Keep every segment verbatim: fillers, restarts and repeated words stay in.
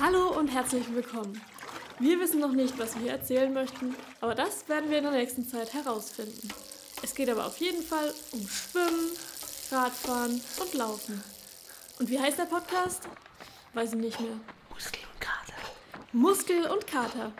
Hallo und herzlich willkommen. Wir wissen noch nicht, was wir erzählen möchten, aber das werden wir in der nächsten Zeit herausfinden. Es geht aber auf jeden Fall um Schwimmen, Radfahren und Laufen. Und wie heißt der Podcast? Weiß ich nicht mehr. Muskel und Kater. Muskel und Kater.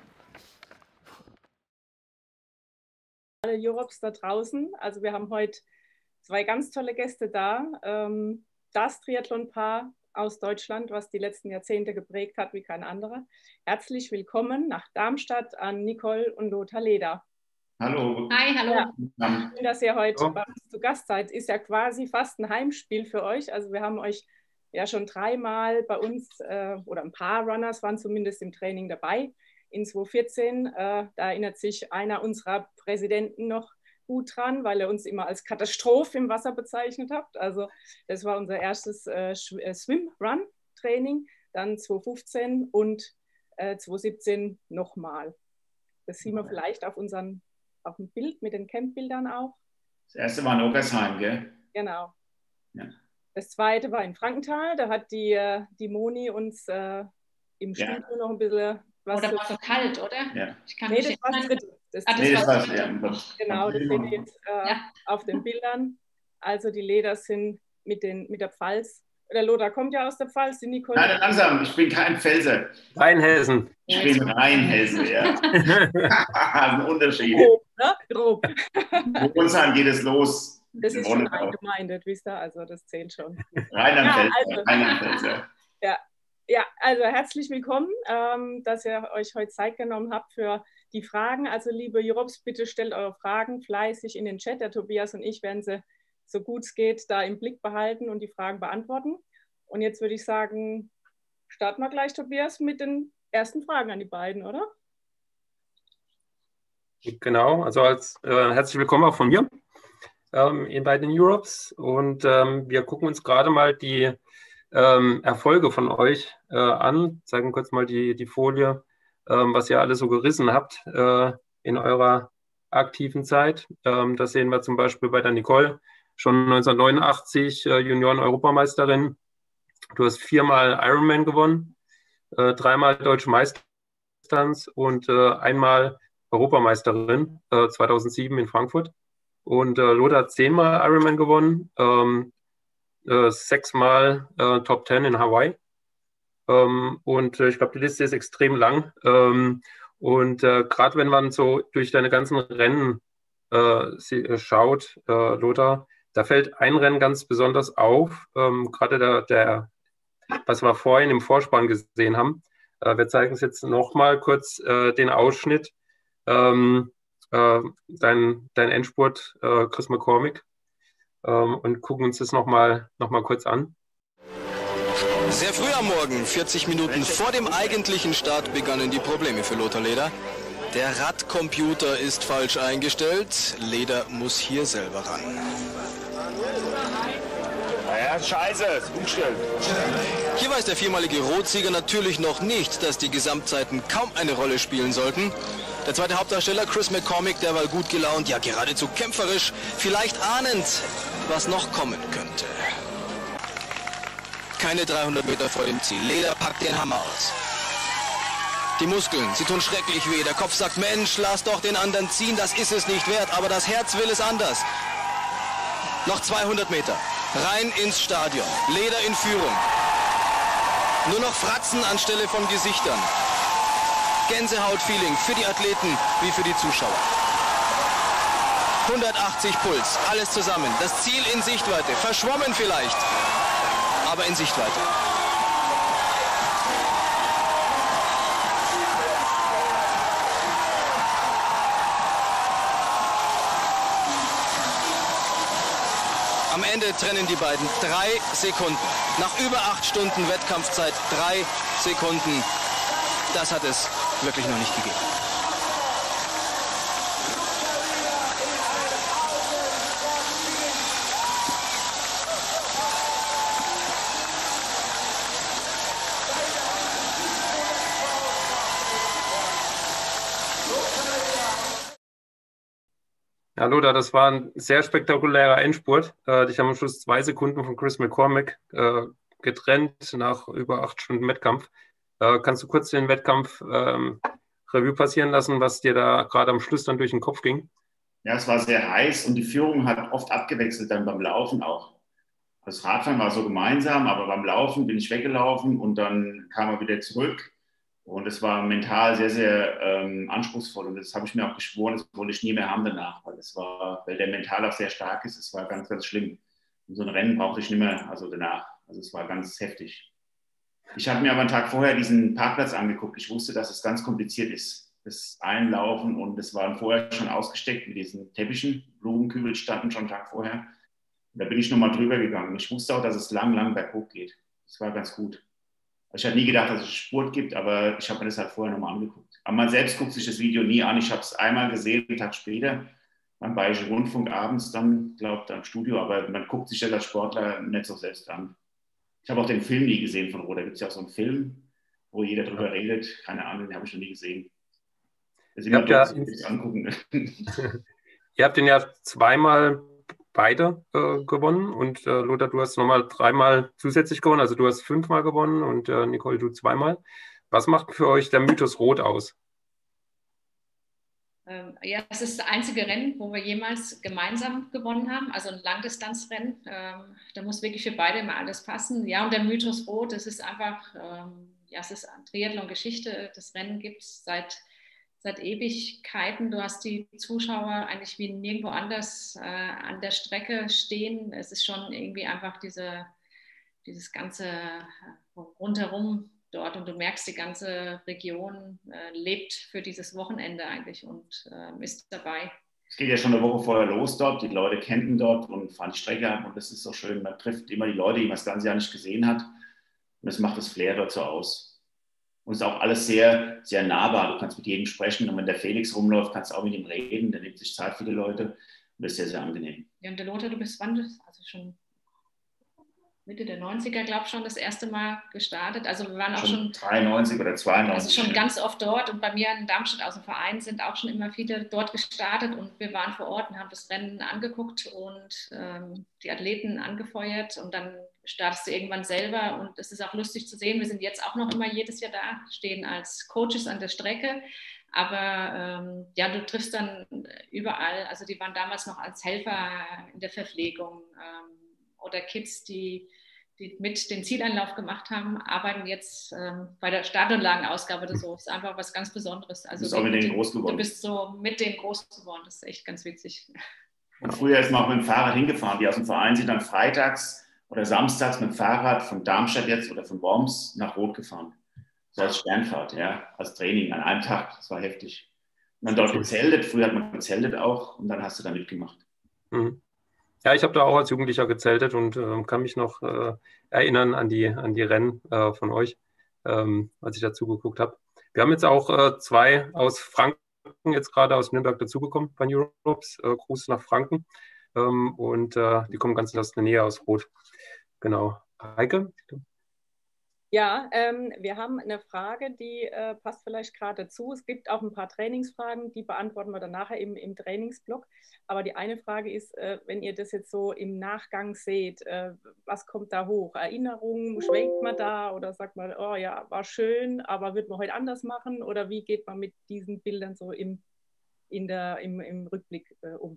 Alle Europs da draußen. Also wir haben heute zwei ganz tolle Gäste da. Ähm, das Triathlon-Paar aus Deutschland, was die letzten Jahrzehnte geprägt hat wie kein anderer. Herzlich willkommen nach Darmstadt an Nicole und Lothar Leder. Hallo. Hi, hallo. Ja, schön, dass ihr heute Hallo. bei uns zu Gast seid. Ist ja quasi fast ein Heimspiel für euch. Also wir haben euch ja schon dreimal bei uns, äh, oder ein paar Runners waren zumindest im Training dabei. In zweitausendvierzehn, äh, da erinnert sich einer unserer Präsidenten noch gut dran, weil er uns immer als Katastrophe im Wasser bezeichnet hat. Also das war unser erstes äh, Swim-Run-Training, dann zweitausendfünfzehn und äh, zweitausendsiebzehn nochmal. Das sehen wir vielleicht auf unseren, auf dem Bild mit den Campbildern auch. Das erste war in Oggersheim, gell? Genau. Ja. Das zweite war in Frankenthal, da hat die, die Moni uns äh, im Ja. Studio noch ein bisschen was... Oder war so kalt, oder? Ja. Ich kann Nee, mich das war das erinnern. dritte. Das Ah, das Nee, das war war's, das ja. dritte. Das- Genau, das seht ihr jetzt äh, Ja. auf den Bildern. Also die Leder sind mit, den, mit der Pfalz. Der Lothar kommt ja aus der Pfalz, die Nicole. Nein, langsam, ich bin kein Pfelser. Rheinhessen. Ich bin Rheinhesse, ja. Ein Unterschied. Grob, ne? Grob. Bei uns geht es los. Das In ist schon Wonnau. eingemeindet, wisst ihr, also das zählt schon. Rheinland-Pfälzer. Ja, also- Rheinland-Pfälzer. Ja, also herzlich willkommen, ähm, dass ihr euch heute Zeit genommen habt für die Fragen. Also liebe Europs, bitte stellt eure Fragen fleißig in den Chat. Der Tobias und ich werden sie, so gut es geht, da im Blick behalten und die Fragen beantworten. Und jetzt würde ich sagen, starten wir gleich, Tobias, mit den ersten Fragen an die beiden, oder? Genau, also als äh, herzlich willkommen auch von mir ähm, in bei den Europes. Und ähm, wir gucken uns gerade mal die ähm, Erfolge von euch äh, an. Zeigen kurz mal die, die Folie, ähm, was ihr alles so gerissen habt äh, in eurer aktiven Zeit. Ähm, das sehen wir zum Beispiel bei der Nicole, schon neunzehnhundertneunundachtzig äh, Junioren-Europameisterin. Du hast viermal Ironman gewonnen, äh, dreimal Deutsche Meisterdistanz und äh, einmal Europameisterin äh, zweitausendsieben in Frankfurt. Und äh, Lothar hat zehnmal Ironman gewonnen, ähm, äh, sechsmal äh, Top Ten in Hawaii. Ähm, und äh, ich glaube, die Liste ist extrem lang. Ähm, und äh, gerade wenn man so durch deine ganzen Rennen äh, sie, äh, schaut, äh, Lothar, da fällt ein Rennen ganz besonders auf. Ähm, gerade der, der, was wir vorhin im Vorspann gesehen haben. Äh, wir zeigen es jetzt nochmal kurz äh, den Ausschnitt. Ähm, äh, dein, dein Endspurt, äh, Chris McCormick, ähm, und gucken uns das nochmal noch mal kurz an. Sehr früh am Morgen, vierzig Minuten vor dem eigentlichen Start, begannen die Probleme für Lothar Leder. Der Radcomputer ist falsch eingestellt. Leder muss hier selber ran. Ja, scheiße, umstellen. Hier weiß der viermalige Rotsieger natürlich noch nicht, dass die Gesamtzeiten kaum eine Rolle spielen sollten. Der zweite Hauptdarsteller, Chris McCormick, der war gut gelaunt, ja geradezu kämpferisch, vielleicht ahnend, was noch kommen könnte. Keine dreihundert Meter vor dem Ziel. Leder packt den Hammer aus. Die Muskeln, sie tun schrecklich weh. Der Kopf sagt, Mensch, lass doch den anderen ziehen, das ist es nicht wert. Aber das Herz will es anders. Noch zweihundert Meter. Rein ins Stadion. Leder in Führung. Nur noch Fratzen anstelle von Gesichtern. Gänsehaut-Feeling für die Athleten wie für die Zuschauer. hundertachtzig Puls, alles zusammen. Das Ziel in Sichtweite. Verschwommen vielleicht, aber in Sichtweite. Am Ende trennen die beiden drei Sekunden. Nach über acht Stunden Wettkampfzeit drei Sekunden. Das hat es wirklich noch nicht gegeben. Ja, Lothar, das war ein sehr spektakulärer Endspurt. Äh, dich haben am Schluss zwei Sekunden von Chris McCormick äh, getrennt nach über acht Stunden Wettkampf. Äh, kannst du kurz den Wettkampf ähm, Revue passieren lassen, was dir da gerade am Schluss dann durch den Kopf ging? Ja, es war sehr heiß und die Führung hat oft abgewechselt, dann beim Laufen auch. Das Radfahren war so gemeinsam, aber beim Laufen bin ich weggelaufen und dann kam er wieder zurück. Und es war mental sehr, sehr ähm, anspruchsvoll. Und das habe ich mir auch geschworen, das wollte ich nie mehr haben danach, weil, es war, weil der mental auch sehr stark ist. Es war ganz, ganz schlimm. Und so ein Rennen brauchte ich nicht mehr, also danach. Also es war ganz heftig. Ich habe mir aber einen Tag vorher diesen Parkplatz angeguckt. Ich wusste, dass es ganz kompliziert ist. Das Einlaufen und es waren vorher schon ausgesteckt mit diesen Teppichen. Blumenkübel standen schon einen Tag vorher. Und da bin ich nochmal drüber gegangen. Ich wusste auch, dass es lang, lang berghoch geht. Das war ganz gut. Ich hatte nie gedacht, dass es Sport gibt, aber ich habe mir das halt vorher nochmal angeguckt. Aber man selbst guckt sich das Video nie an. Ich habe es einmal gesehen, einen Tag später, beim Bayerischen Rundfunk abends dann, glaube ich, im Studio. Aber man guckt sich das als Sportler nicht so selbst an. Ich habe auch den Film nie gesehen von Roth. Da gibt es ja auch so einen Film, wo jeder drüber ja. redet. Keine Ahnung, den habe ich noch nie gesehen. Das ist immer ja, doof, ja, angucken. Ihr habt den ja zweimal beide äh, gewonnen und äh, Lothar, du hast nochmal dreimal zusätzlich gewonnen, also du hast fünfmal gewonnen und äh, Nicole, du zweimal. Was macht für euch der Mythos Roth aus? Ähm, ja, es ist das einzige Rennen, wo wir jemals gemeinsam gewonnen haben, also ein Langdistanzrennen. Ähm, da muss wirklich für beide immer alles passen. Ja, und der Mythos Roth, das ist einfach, ähm, ja, es ist Triathlon-Geschichte. Das Rennen gibt es seit seit Ewigkeiten. Du hast die Zuschauer eigentlich wie nirgendwo anders äh, an der Strecke stehen. Es ist schon irgendwie einfach diese, dieses ganze äh, rundherum dort und du merkst, die ganze Region äh, lebt für dieses Wochenende eigentlich und äh, ist dabei. Es geht ja schon eine Woche vorher los dort. Die Leute campen dort und fahren die Strecke ab und das ist so schön. Man trifft immer die Leute, die man das ganze Jahr nicht gesehen hat und das macht das Flair dort so aus. Und es ist auch alles sehr, sehr nahbar. Du kannst mit jedem sprechen. Und wenn der Felix rumläuft, kannst du auch mit ihm reden. Der nimmt sich Zeit für die Leute. Und das ist sehr, sehr angenehm. Ja, und der Lothar, du bist wann? Also schon Mitte der neunziger, glaube ich, schon das erste Mal gestartet. Also wir waren auch schon... schon dreiundneunzig oder zweiundneunzig. Also schon ganz oft dort. Und bei mir in Darmstadt aus dem Verein sind auch schon immer viele dort gestartet. Und wir waren vor Ort und haben das Rennen angeguckt und ähm, die Athleten angefeuert. Und dann startest du irgendwann selber. Und es ist auch lustig zu sehen, wir sind jetzt auch noch immer jedes Jahr da, stehen als Coaches an der Strecke. Aber ähm, ja, du triffst dann überall. Also die waren damals noch als Helfer in der Verpflegung ähm, oder Kids, die, die mit den Zieleinlauf gemacht haben, arbeiten jetzt ähm, bei der Startanlagenausgabe oder so. Das ist einfach was ganz Besonderes. Also du bist auch mit denen groß geworden. Du bist so mit denen groß geworden. Das ist echt ganz witzig. Und früher ist man auch mit dem Fahrrad hingefahren. Die aus dem Verein sind dann freitags oder samstags mit dem Fahrrad von Darmstadt jetzt oder von Worms nach Roth gefahren. So als Sternfahrt, ja, als Training an einem Tag. Das war heftig. Und dann dort gezeltet. Früher hat man gezeltet auch und dann hast du da mitgemacht. Mhm. Ja, ich habe da auch als Jugendlicher gezeltet und äh, kann mich noch äh, erinnern an die, an die Rennen äh, von euch, ähm, als ich dazu geguckt habe. Wir haben jetzt auch äh, zwei aus Franken, jetzt gerade aus Nürnberg dazugekommen bei New Europes. Äh, Gruß nach Franken. Ähm, und äh, die kommen ganz aus der Nähe aus Roth. Genau. Heike? Ja, ähm, wir haben eine Frage, die äh, passt vielleicht gerade dazu. Es gibt auch ein paar Trainingsfragen, die beantworten wir dann nachher im, im Trainingsblock. Aber die eine Frage ist, äh, wenn ihr das jetzt so im Nachgang seht, äh, was kommt da hoch? Erinnerungen, schwenkt man da oder sagt man, oh ja, war schön, aber wird man heute anders machen? Oder wie geht man mit diesen Bildern so im, in der, im, im Rückblick äh, um?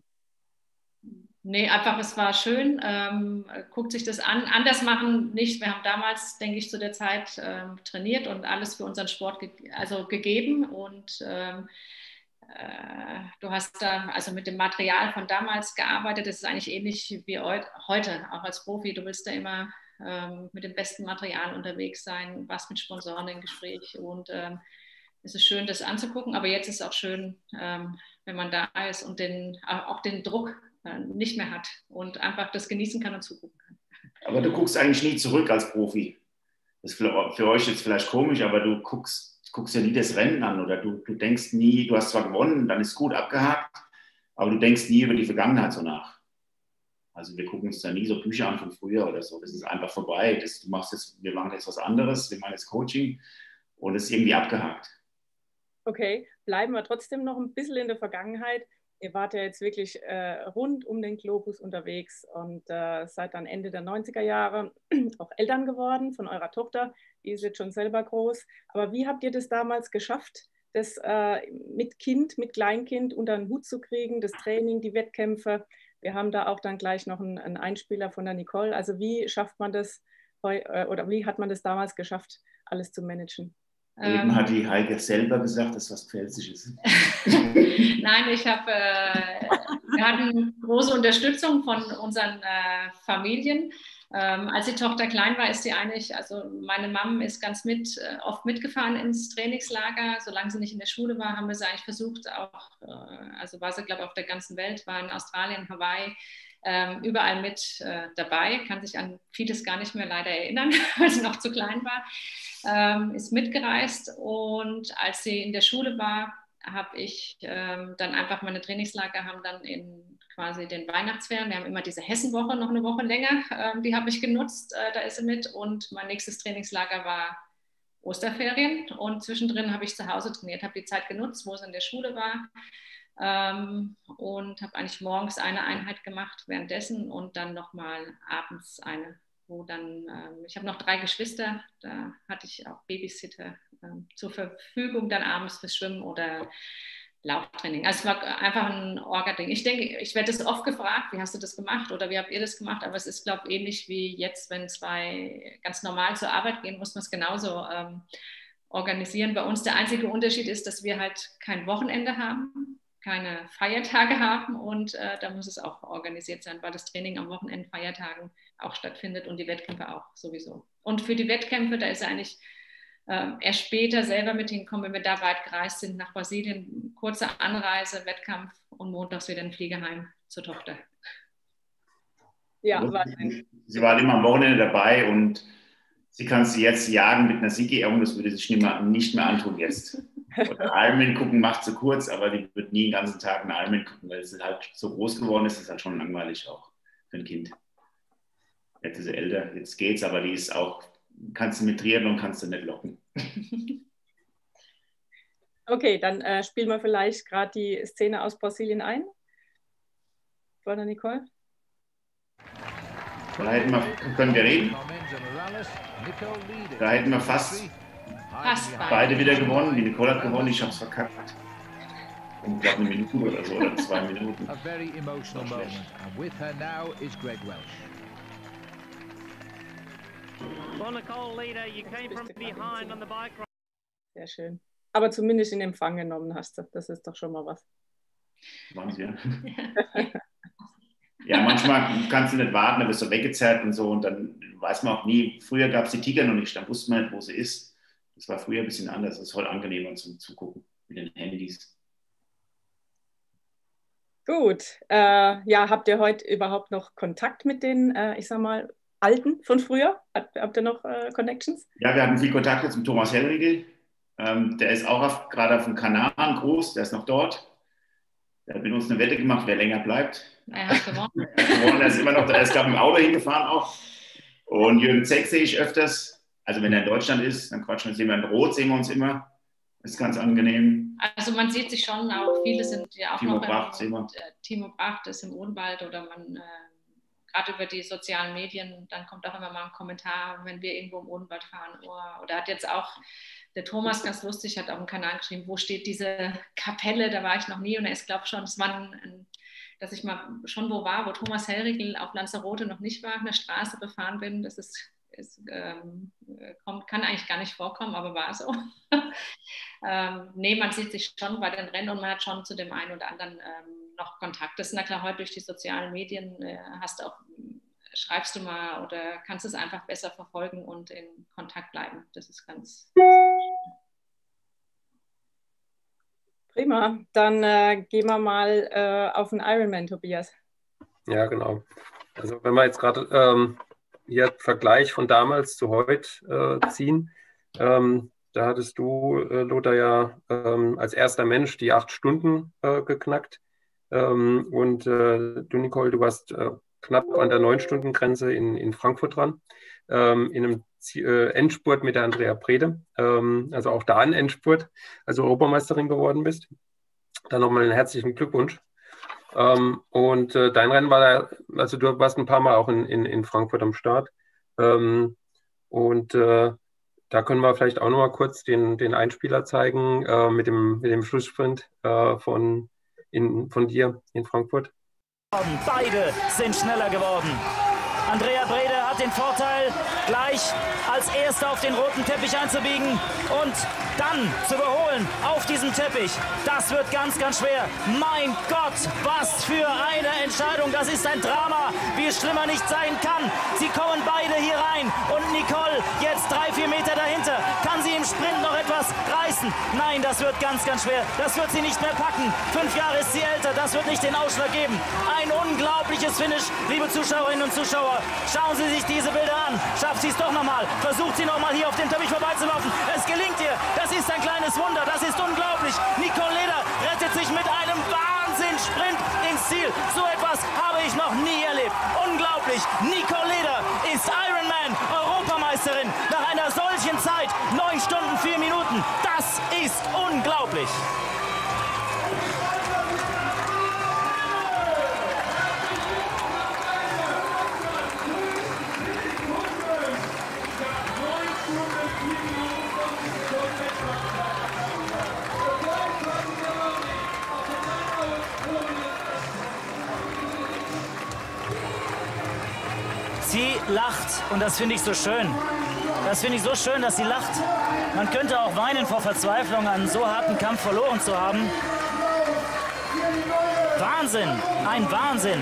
Nee, einfach, es war schön. Ähm, guckt sich das an. Anders machen nicht. Wir haben damals, denke ich, zu der Zeit ähm, trainiert und alles für unseren Sport ge also gegeben. Und ähm, äh, du hast da also mit dem Material von damals gearbeitet. Das ist eigentlich ähnlich wie heute, auch als Profi. Du willst da immer ähm, mit dem besten Material unterwegs sein, was mit Sponsoren im Gespräch. Und ähm, es ist schön, das anzugucken. Aber jetzt ist es auch schön, ähm, wenn man da ist und den, auch den Druck nicht mehr hat und einfach das genießen kann und zugucken kann. Aber du guckst eigentlich nie zurück als Profi. Das ist für, für euch jetzt vielleicht komisch, aber du guckst, guckst ja nie das Rennen an oder du, du denkst nie, du hast zwar gewonnen, dann ist gut abgehakt, aber du denkst nie über die Vergangenheit so nach. Also wir gucken uns da nie so Bücher an von früher oder so. Das ist einfach vorbei. Das, du machst jetzt, wir machen jetzt was anderes, wir machen jetzt Coaching und es ist irgendwie abgehakt. Okay, bleiben wir trotzdem noch ein bisschen in der Vergangenheit. Ihr wart ja jetzt wirklich äh, rund um den Globus unterwegs und äh, seid dann Ende der neunziger Jahre auch Eltern geworden von eurer Tochter. Die ist jetzt schon selber groß. Aber wie habt ihr das damals geschafft, das äh, mit Kind, mit Kleinkind unter den Hut zu kriegen, das Training, die Wettkämpfe? Wir haben da auch dann gleich noch einen, einen Einspieler von der Nicole. Also wie schafft man das, äh, oder wie hat man das damals geschafft, alles zu managen? Eben ähm, hat die Heike selber gesagt, dass was Pfälzisches ist. Nein, ich habe, äh, wir hatten große Unterstützung von unseren äh, Familien. Ähm, als die Tochter klein war, ist sie eigentlich, also meine Mom ist ganz mit, äh, oft mitgefahren ins Trainingslager. Solange sie nicht in der Schule war, haben wir sie eigentlich versucht, auch, äh, also war sie, glaube ich, auf der ganzen Welt, war in Australien, Hawaii, ähm, überall mit äh, dabei. Kann sich an vieles gar nicht mehr leider erinnern, weil sie noch zu klein war. Ähm, ist mitgereist, und als sie in der Schule war, habe ich ähm, dann einfach meine Trainingslager haben dann in quasi den Weihnachtsferien, wir haben immer diese Hessenwoche, noch eine Woche länger, ähm, die habe ich genutzt, äh, da ist sie mit, und mein nächstes Trainingslager war Osterferien, und zwischendrin habe ich zu Hause trainiert, habe die Zeit genutzt, wo sie in der Schule war, ähm, und habe eigentlich morgens eine Einheit gemacht währenddessen und dann nochmal abends eine, wo dann, ähm, ich habe noch drei Geschwister, da hatte ich auch Babysitter ähm, zur Verfügung, dann abends fürs Schwimmen oder Lauftraining. Also es war einfach ein Orga-Ding. Ich denke, ich werde das oft gefragt, wie hast du das gemacht oder wie habt ihr das gemacht, aber es ist, glaube ich, ähnlich wie jetzt, wenn zwei ganz normal zur Arbeit gehen, muss man es genauso ähm, organisieren. Bei uns der einzige Unterschied ist, dass wir halt kein Wochenende haben, keine Feiertage haben, und äh, da muss es auch organisiert sein, weil das Training am Wochenende, Feiertagen auch stattfindet und die Wettkämpfe auch sowieso. Und für die Wettkämpfe, da ist er eigentlich äh, erst später selber mit hingekommen, wenn wir da weit gereist sind, nach Brasilien, kurze Anreise, Wettkampf und montags wieder in Fliegerheim zur Tochter. Ja, also, war sie war immer am Wochenende dabei, und sie kann sie jetzt jagen mit einer Siegerehrung, das würde sie sich nicht mehr, nicht mehr antun jetzt. Oder Ironman gucken macht sie kurz, aber die wird nie den ganzen Tag einen Ironman gucken, weil sie halt so groß geworden ist, das ist halt schon langweilig auch für ein Kind. Jetzt ist sie älter, jetzt geht's, aber die ist auch, kannst du mit Triathlon, kannst du nicht locken. Okay, dann äh, spielen wir vielleicht gerade die Szene aus Brasilien ein. Von der Nicole. Da hätten wir, können wir reden. Da hätten wir fast, fast beide wieder gewonnen. Die Nicole hat gewonnen, ich habe es verkackt. Und ich glaube eine Minute oder so, oder zwei Minuten. Sehr schön. Aber zumindest in Empfang genommen hast du. Das ist doch schon mal was. Wahnsinn. Ja, manchmal kannst du nicht warten, dann wirst du weggezerrt und so, und dann weiß man auch nie. Früher gab es die Tiger noch nicht, dann wusste man nicht, wo sie ist. Das war früher ein bisschen anders. Das ist heute angenehmer zum Zugucken mit den Handys. Gut. Äh, ja, habt ihr heute überhaupt noch Kontakt mit den, äh, ich sag mal, Alten von früher? Habt, habt ihr noch äh, Connections? Ja, wir hatten viel Kontakt jetzt mit Thomas Hellriegel. Ähm, der ist auch auf, gerade auf dem Kanaren groß, der ist noch dort. Der hat mit uns eine Wette gemacht, wer länger bleibt. Er hat gewonnen. Er hat gewonnen, er ist immer noch da. Er ist, glaube ich, im Auto hingefahren auch. Und Jürgen Zeck sehe ich öfters. Also wenn er in Deutschland ist, dann quatschen wir uns immer in Rot, sehen wir uns immer. Das ist ganz angenehm. Also man sieht sich schon auch, viele sind ja auch Timo noch Bracht, im, und, äh, Timo Bracht ist im Odenwald, oder man, äh, gerade über die sozialen Medien, dann kommt auch immer mal ein Kommentar, wenn wir irgendwo im Odenwald fahren. Oder, oder hat jetzt auch der Thomas, ganz lustig, hat auf dem Kanal geschrieben, wo steht diese Kapelle, da war ich noch nie, und er ist, glaube ich, schon, es war ein, ein, dass ich mal schon wo war, wo Thomas Hellriegel auf Lanzarote noch nicht war, eine Straße befahren bin, das ist, ist ähm, kommt, kann eigentlich gar nicht vorkommen, aber war so. ähm, nee, man sieht sich schon bei den Rennen, und man hat schon zu dem einen oder anderen ähm, noch Kontakt. Das ist, na klar, heute durch die sozialen Medien äh, hast du auch, schreibst du mal oder kannst es einfach besser verfolgen und in Kontakt bleiben. Das ist ganz... Prima, dann äh, gehen wir mal äh, auf den Ironman, Tobias. Ja, genau. Also wenn wir jetzt gerade ähm, hier Vergleich von damals zu heute äh, ziehen, ähm, da hattest du, äh, Lothar, ja ähm, als erster Mensch die acht Stunden äh, geknackt. Ähm, und äh, du, Nicole, du warst äh, knapp an der neun-Stunden-Grenze in, in Frankfurt dran, ähm, in einem äh, Endspurt mit der Andrea Brede, ähm, also auch da ein Endspurt, also Europameisterin geworden bist. Dann nochmal einen herzlichen Glückwunsch. Ähm, und äh, dein Rennen war da, also du warst ein paar Mal auch in, in, in Frankfurt am Start. Ähm, und äh, da können wir vielleicht auch noch mal kurz den, den Einspieler zeigen äh, mit dem, mit dem Schlusssprint äh, von, in, von dir in Frankfurt. Beide sind schneller geworden. Andrea Brede hat den Vorteil, gleich als Erster auf den roten Teppich einzubiegen und dann zu überholen auf diesem Teppich. Das wird ganz, ganz schwer. Mein Gott, was für eine Entscheidung. Das ist ein Drama, wie es schlimmer nicht sein kann. Sie kommen beide hier rein und Nicole jetzt drei, vier Meter dahinter. Kann sie im Sprint noch etwas reißen? Nein, das wird ganz, ganz schwer. Das wird sie nicht mehr packen. Fünf Jahre ist sie älter, das wird nicht den Ausschlag geben. Ein unglaubliches Finish, liebe Zuschauerinnen und Zuschauer. Schauen Sie sich diese Bilder an. Schafft sie es doch nochmal. Versucht sie nochmal hier auf dem Teppich vorbeizulaufen. Es gelingt ihr. Das ist ein kleines Wunder. Das ist unglaublich. Nicole Leder rettet sich mit einem Wahnsinns-Sprint ins Ziel. So etwas habe ich noch nie erlebt. Unglaublich. Nicole Leder ist Ironman-Europameisterin nach einer solchen Zeit. neun Stunden, vier Minuten. Das ist unglaublich. Sie lacht und das finde ich so schön. Das finde ich so schön, dass sie lacht. Man könnte auch weinen vor Verzweiflung, einen so harten Kampf verloren zu haben. Wahnsinn, ein Wahnsinn.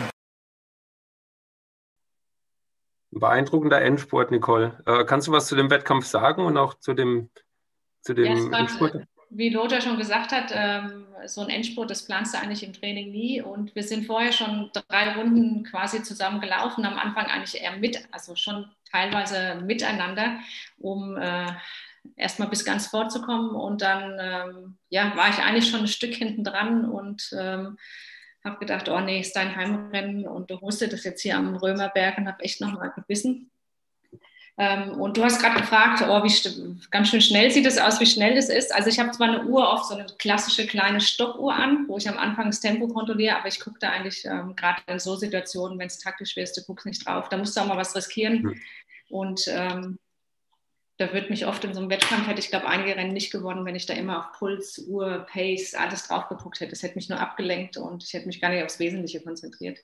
Beeindruckender Endspurt, Nicole. Äh, kannst du was zu dem Wettkampf sagen und auch zu dem, zu dem ja, es war, Endspurt? Wie Lothar schon gesagt hat, ähm, so ein Endspurt, das planst du eigentlich im Training nie. Und wir sind vorher schon drei Runden quasi zusammen gelaufen, am Anfang eigentlich eher mit, also schon teilweise miteinander, um äh, erstmal bis ganz vorzukommen. Und dann ähm, ja, war ich eigentlich schon ein Stück hinten dran und ähm, habe gedacht, oh nee, ist dein Heimrennen und du musst das jetzt hier am Römerberg und habe echt nochmal gebissen. Ähm, und du hast gerade gefragt, oh, wie ganz schön schnell sieht es aus, wie schnell das ist. Also ich habe zwar eine Uhr, oft so eine klassische kleine Stoppuhr an, wo ich am Anfang das Tempo kontrolliere, aber ich gucke da eigentlich ähm, gerade in so Situationen, wenn es taktisch ist, du guckst nicht drauf, da musst du auch mal was riskieren. Mhm. Und ähm, da wird mich oft in so einem Wettkampf, hätte ich glaube einige Rennen nicht gewonnen, wenn ich da immer auf Puls, Uhr, Pace, alles drauf geguckt hätte. Das hätte mich nur abgelenkt und ich hätte mich gar nicht aufs Wesentliche konzentriert.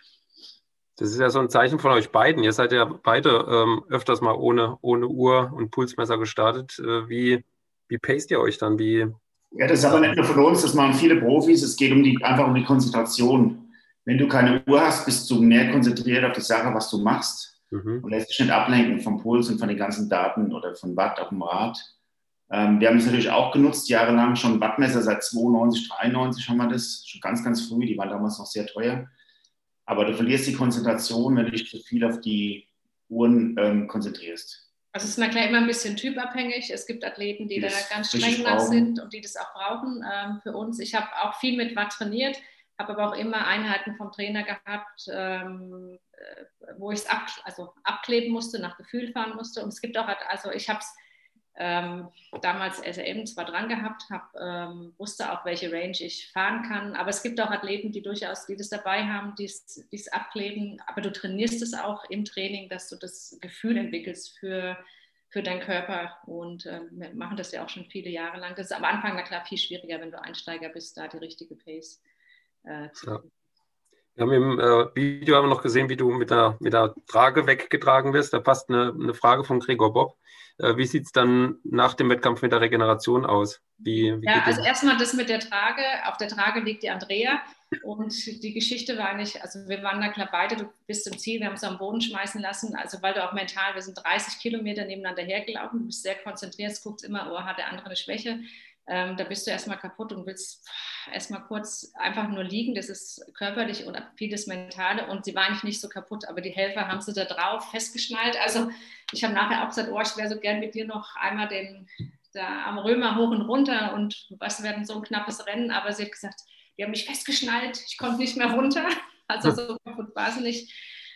Das ist ja so ein Zeichen von euch beiden. Ihr seid ja beide ähm, öfters mal ohne, ohne Uhr und Pulsmesser gestartet. Äh, wie, wie paced ihr euch dann? Wie, ja, das ist aber nicht nur von uns, das machen viele Profis. Es geht um die, einfach um die Konzentration. Wenn du keine Uhr hast, bist du mehr konzentriert auf die Sache, was du machst mhm. und lässt dich nicht ablenken vom Puls und von den ganzen Daten oder von Watt auf dem Rad. Ähm, wir haben es natürlich auch genutzt, jahrelang schon Wattmesser, seit zweiundneunzig, dreiundneunzig haben wir das, schon ganz, ganz früh, die waren damals noch sehr teuer. Aber du verlierst die Konzentration, wenn du dich zu viel auf die Uhren ähm, konzentrierst. Also es ist na klar immer ein bisschen typabhängig. Es gibt Athleten, die, die da ganz streng nach sind und die das auch brauchen ähm, für uns. Ich habe auch viel mit Watt trainiert, habe aber auch immer Einheiten vom Trainer gehabt, ähm, wo ich es ab, also abkleben musste, nach Gefühl fahren musste. Und es gibt auch, also ich habe es Ähm, damals S R M zwar dran gehabt, hab, ähm, wusste auch, welche Range ich fahren kann, aber es gibt auch Athleten, die durchaus, die das dabei haben, die es abkleben, aber du trainierst es auch im Training, dass du das Gefühl entwickelst für, für deinen Körper und äh, wir machen das ja auch schon viele Jahre lang. Das ist am Anfang, na klar, viel schwieriger, wenn du Einsteiger bist, da die richtige Pace äh, zu ja. Wir haben im äh, Video haben wir noch gesehen, wie du mit der, mit der Trage weggetragen wirst. Da passt eine, eine Frage von Gregor Bob. Äh, wie sieht es dann nach dem Wettkampf mit der Regeneration aus? Wie, wie ja, also erstmal das mit der Trage. Auf der Trage liegt die Andrea. Und die Geschichte war nicht, also wir waren da klar beide, du bist im Ziel, wir haben es am Boden schmeißen lassen, also weil du auch mental, wir sind dreißig Kilometer nebeneinander hergelaufen, du bist sehr konzentriert, guckst immer, oh, hat der andere eine Schwäche. Ähm, da bist du erstmal kaputt und willst erstmal kurz einfach nur liegen. Das ist körperlich und vieles Mentale. Und sie war eigentlich nicht so kaputt, aber die Helfer haben sie da drauf festgeschnallt. Also ich habe nachher auch gesagt, oh, ich wäre so gern mit dir noch einmal den, da am Römer hoch und runter und was werden so ein knappes Rennen. Aber sie hat gesagt, die haben mich festgeschnallt, ich konnte nicht mehr runter. Also so kaputt war sie nicht.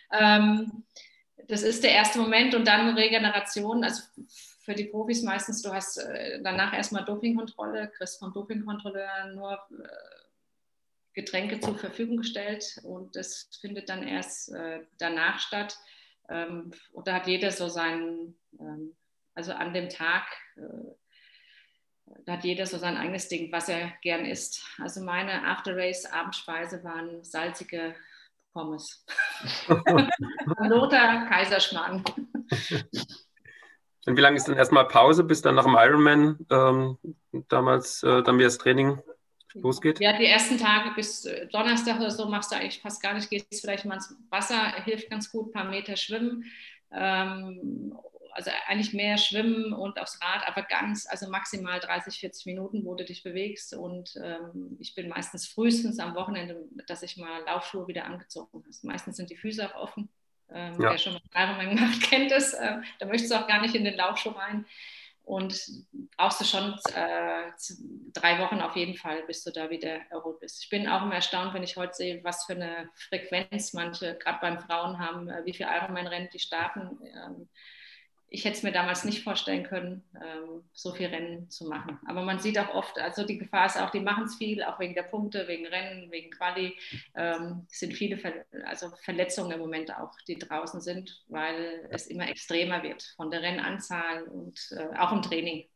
Ähm, das ist der erste Moment und dann Regeneration. Also für die Profis meistens, du hast äh, danach erstmal Dopingkontrolle, kriegst vom Dopingkontrolleur nur äh, Getränke zur Verfügung gestellt und das findet dann erst äh, danach statt. Ähm, und da hat jeder so seinen, ähm, also an dem Tag, äh, da hat jeder so sein eigenes Ding, was er gern isst. Also meine After-Race-Abendspeise waren salzige Pommes. Lothar Kaiserschmarrn. Und wie lange ist denn erstmal Pause, bis dann nach dem Ironman ähm, damals äh, dann wieder das Training losgeht? Ja, die ersten Tage bis Donnerstag oder so machst du eigentlich fast gar nicht, gehst vielleicht mal ins Wasser, hilft ganz gut, ein paar Meter schwimmen. Ähm, also eigentlich mehr schwimmen und aufs Rad, aber ganz, also maximal dreißig, vierzig Minuten, wo du dich bewegst. Und ähm, ich bin meistens frühestens am Wochenende, dass ich mal Laufschuhe wieder angezogen habe. Meistens sind die Füße auch offen. Ähm, ja. Wer schon mal Ironman gemacht, kennt es. Äh, da möchtest du auch gar nicht in den Laufschuh rein. Und brauchst du schon äh, drei Wochen auf jeden Fall, bis du da wieder erholt bist. Ich bin auch immer erstaunt, wenn ich heute sehe, was für eine Frequenz manche, gerade beim Frauen haben, äh, wie viele Ironman-Rennen die starten. Ähm, ich hätte es mir damals nicht vorstellen können, ähm, so viel Rennen zu machen. Aber man sieht auch oft, also die Gefahr ist auch, die machen es viel, auch wegen der Punkte, wegen Rennen, wegen Quali. Ähm, es sind viele Ver also Verletzungen im Moment auch, die draußen sind, weil es immer extremer wird von der Rennanzahl und äh, auch im Training.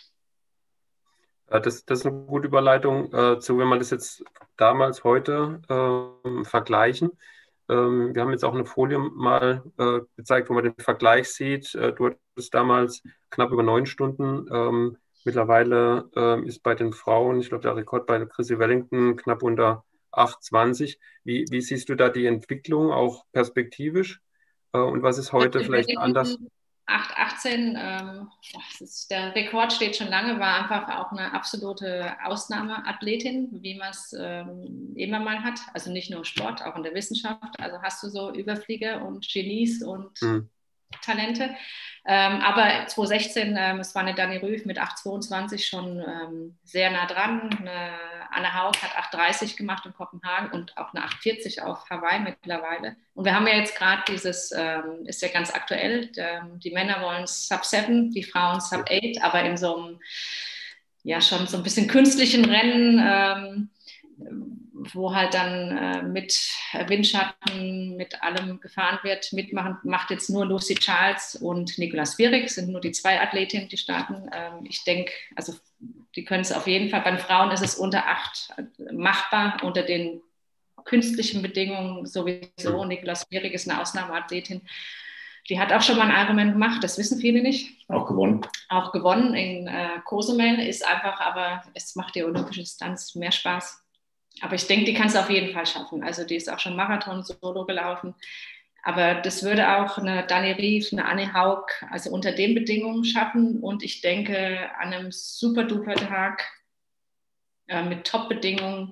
Das, das ist eine gute Überleitung äh, zu, wenn man das jetzt damals, heute äh, vergleichen. Ähm, wir haben jetzt auch eine Folie mal äh, gezeigt, wo man den Vergleich sieht. Äh, du hattest damals knapp über neun Stunden. Ähm, mittlerweile äh, ist bei den Frauen, ich glaube, der Rekord bei Chrissy Wellington knapp unter acht Zwanzig. Wie, wie siehst du da die Entwicklung, auch perspektivisch? Äh, und was ist heute vielleicht anders? acht achtzehn, ähm, ist, der Rekord steht schon lange, war einfach auch eine absolute Ausnahmeathletin, wie man es ähm, immer mal hat. Also nicht nur im Sport, auch in der Wissenschaft. Also hast du so Überflieger und Genies und mhm. Talente. Ähm, aber zwanzig sechzehn, ähm, es war eine Dani Rüff mit acht zweiundzwanzig schon ähm, sehr nah dran. Eine Anne Haug hat acht dreißig gemacht in Kopenhagen und auch eine acht vierzig auf Hawaii mittlerweile. Und wir haben ja jetzt gerade dieses, ähm, ist ja ganz aktuell, der, die Männer wollen Sub sieben, die Frauen Sub acht, aber in so einem, ja schon so ein bisschen künstlichen Rennen, ähm, wo halt dann äh, mit Windschatten, mit allem gefahren wird. Mitmachen macht jetzt nur Lucy Charles und Nicola Spirik, sind nur die zwei Athletinnen, die starten. Ähm, ich denke, also die können es auf jeden Fall, bei den Frauen ist es unter acht machbar, unter den künstlichen Bedingungen sowieso. Nicola Spirik ist eine Ausnahmeathletin. Die hat auch schon mal einen Ironman gemacht, das wissen viele nicht. Auch gewonnen. Auch gewonnen in äh, Cozumel, ist einfach, aber es macht die olympische Distanz mehr Spaß. Aber ich denke, die kann es auf jeden Fall schaffen. Also die ist auch schon Marathon solo gelaufen. Aber das würde auch eine Dani Rüff, eine Anne Haug, also unter den Bedingungen schaffen. Und ich denke, an einem super-duper-Tag äh, mit Top-Bedingungen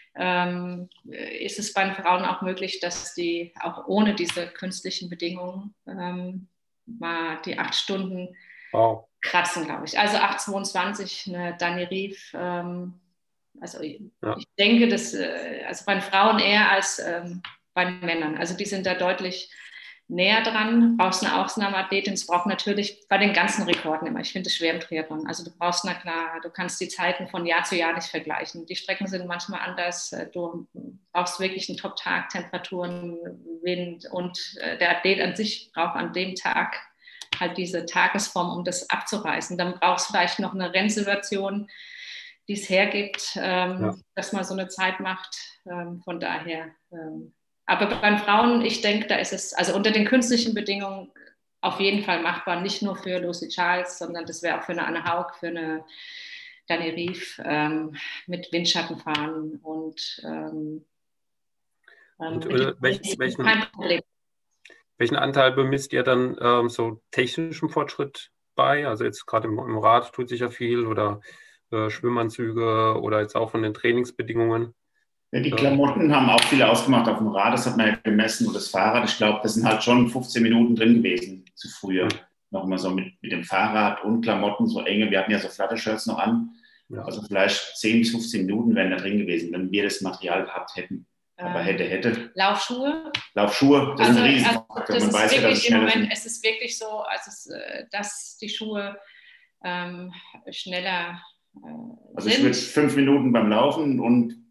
ähm, ist es bei den Frauen auch möglich, dass die auch ohne diese künstlichen Bedingungen ähm, mal die acht Stunden wow. kratzen, glaube ich. Also acht zweiundzwanzig, eine Dani Rüff, ähm, Also ja. ich denke, dass also bei den Frauen eher als ähm, bei den Männern. Also die sind da deutlich näher dran. Du brauchst eine Ausnahmeathletin. Es braucht natürlich bei den ganzen Rekorden immer. Ich finde es schwer im Triathlon. Also du brauchst, na klar, du kannst die Zeiten von Jahr zu Jahr nicht vergleichen. Die Strecken sind manchmal anders. Du brauchst wirklich einen Top-Tag, Temperaturen, Wind und äh, der Athlet an sich braucht an dem Tag halt diese Tagesform, um das abzureißen. Dann brauchst du vielleicht noch eine Rennsituation, die es hergibt, ähm, ja. dass man so eine Zeit macht. Ähm, von daher. Ähm, aber bei den Frauen, ich denke, da ist es, also unter den künstlichen Bedingungen auf jeden Fall machbar, nicht nur für Lucy Charles, sondern das wäre auch für eine Anne Haug, für eine Dani Rüff ähm, mit Windschatten fahren und, ähm, und äh, welchen, welchen, welchen Anteil bemisst ihr dann ähm, so technischem Fortschritt bei? Also jetzt gerade im, im Rad tut sich ja viel oder Schwimmanzüge oder jetzt auch von den Trainingsbedingungen? Ja, die Klamotten haben auch viel ausgemacht auf dem Rad, das hat man ja gemessen. Und das Fahrrad, ich glaube, das sind halt schon fünfzehn Minuten drin gewesen zu früher. Mhm. Noch mal so mit, mit dem Fahrrad und Klamotten, so enge, wir hatten ja so Flattershirts noch an. Ja. Also vielleicht zehn bis fünfzehn Minuten wären da drin gewesen, wenn wir das Material gehabt hätten. Aber hätte, hätte. Laufschuhe? Laufschuhe, das also, ist ein Riesenfaktor. Also das man ist weiß ja, dass es im Moment, sind. Es ist wirklich so, also es, dass die Schuhe ähm, schneller äh, Also sind. ich würde fünf Minuten beim Laufen und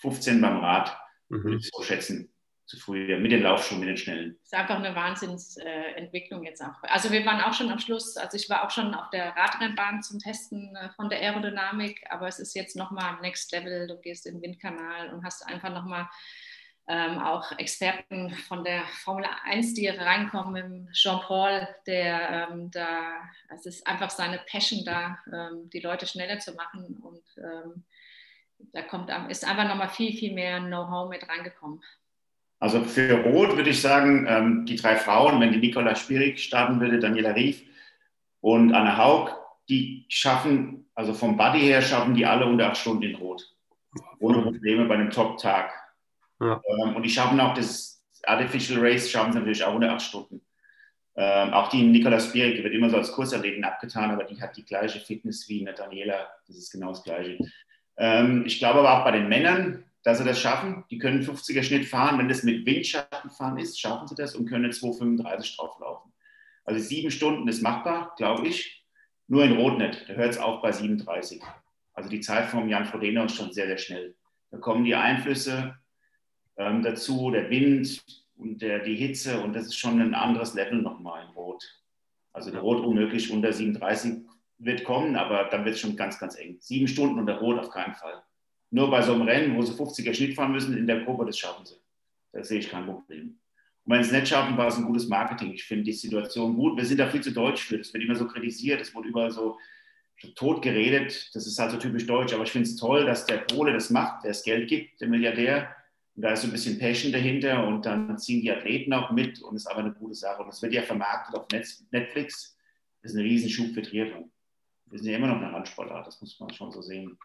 fünfzehn beim Rad, Mhm. würde ich so schätzen, zu früh, mit den Laufschuhen, mit den Schnellen. Das ist einfach eine Wahnsinnsentwicklung jetzt auch. Also wir waren auch schon am Schluss, also ich war auch schon auf der Radrennbahn zum Testen von der Aerodynamik, aber es ist jetzt nochmal Next Level, du gehst in den Windkanal und hast einfach nochmal ähm, auch Experten von der Formel eins, die reinkommen, mit Jean-Paul, der ähm, da, es ist einfach seine Passion da, ähm, die Leute schneller zu machen und ähm, da kommt, ist einfach nochmal viel, viel mehr Know-how mit reingekommen. Also für Rot würde ich sagen, ähm, die drei Frauen, wenn die Nicola Spierig starten würde, Daniela Rief und Anne Haug, die schaffen, also vom Body her schaffen die alle unter acht Stunden in Rot. Ohne Probleme bei einem Top-Tag. Ja. Ähm, und die schaffen auch das Artificial Race, schaffen sie natürlich auch unter acht Stunden. Ähm, auch die Nicola Spierig wird immer so als Kursathletin abgetan, aber die hat die gleiche Fitness wie eine Daniela. Das ist genau das Gleiche. Ähm, ich glaube aber auch bei den Männern, dass sie das schaffen. Die können fünfziger Schnitt fahren. Wenn das mit Windschattenfahren ist, schaffen sie das und können zwei fünfunddreißig drauflaufen. Also sieben Stunden ist machbar, glaube ich. Nur in Rot nicht. Da hört es auf bei siebenunddreißig. Also die Zeit von Jan Frodeno ist schon sehr, sehr schnell. Da kommen die Einflüsse ähm, dazu, der Wind und der, die Hitze. Und das ist schon ein anderes Level nochmal in Rot. Also der Rot unmöglich unter siebenunddreißig wird kommen, aber dann wird es schon ganz, ganz eng. Sieben Stunden unter Rot auf keinen Fall. Nur bei so einem Rennen, wo sie fünfziger Schnitt fahren müssen, in der Gruppe, das schaffen sie. Da sehe ich kein Problem. Und wenn sie es nicht schaffen, war es ein gutes Marketing. Ich finde die Situation gut. Wir sind da viel zu deutsch für. Das wird immer so kritisiert. Es wurde überall so, so tot geredet. Das ist halt so typisch deutsch. Aber ich finde es toll, dass der Pole das macht, der das Geld gibt, der Milliardär. Und da ist so ein bisschen Passion dahinter. Und dann ziehen die Athleten auch mit. Und es ist aber eine gute Sache. Und das wird ja vermarktet auf Netflix. Das ist ein Riesenschub für Triathlon. Wir sind ja immer noch eine Randsportart. Das muss man schon so sehen.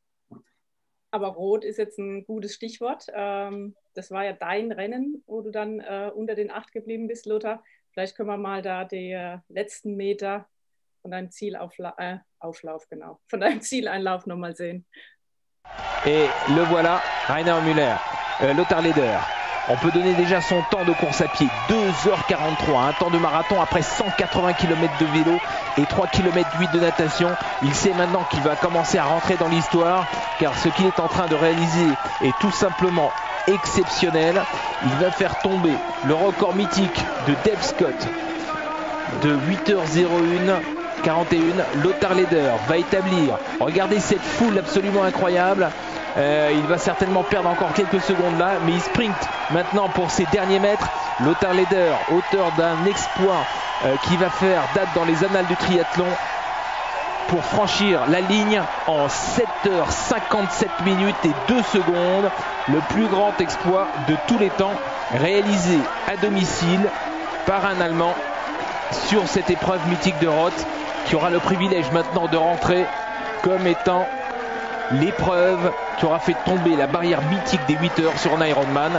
Aber Rot ist jetzt ein gutes Stichwort. Das war ja dein Rennen, wo du dann unter den acht geblieben bist, Lothar. Vielleicht können wir mal da die letzten Meter von deinem Zielauflauf, äh, Auflauf, genau, von deinem Zieleinlauf nochmal sehen. Et le voilà, Rainer Müller, euh, Lothar Leder. On peut donner déjà son temps de course à pied, deux heures quarante-trois, un temps de marathon après cent quatre-vingts kilomètres de vélo et trois kilomètres huit de natation. Il sait maintenant qu'il va commencer à rentrer dans l'histoire, car ce qu'il est en train de réaliser est tout simplement exceptionnel. Il va faire tomber le record mythique de Dave Scott de huit heures zéro un quarante et un. Lothar Leder va établir, regardez cette foule absolument incroyable. Euh, il va certainement perdre encore quelques secondes là, mais il sprint maintenant pour ses derniers mètres. Lothar Leder, auteur d'un exploit euh, qui va faire date dans les annales du triathlon pour franchir la ligne en sept heures cinquante-sept minutes et deux secondes. Le plus grand exploit de tous les temps réalisé à domicile par un Allemand sur cette épreuve mythique de Roth, qui aura le privilège maintenant de rentrer comme étant l'épreuve qui aura fait tomber la barrière mythique des huit heures sur un Ironman.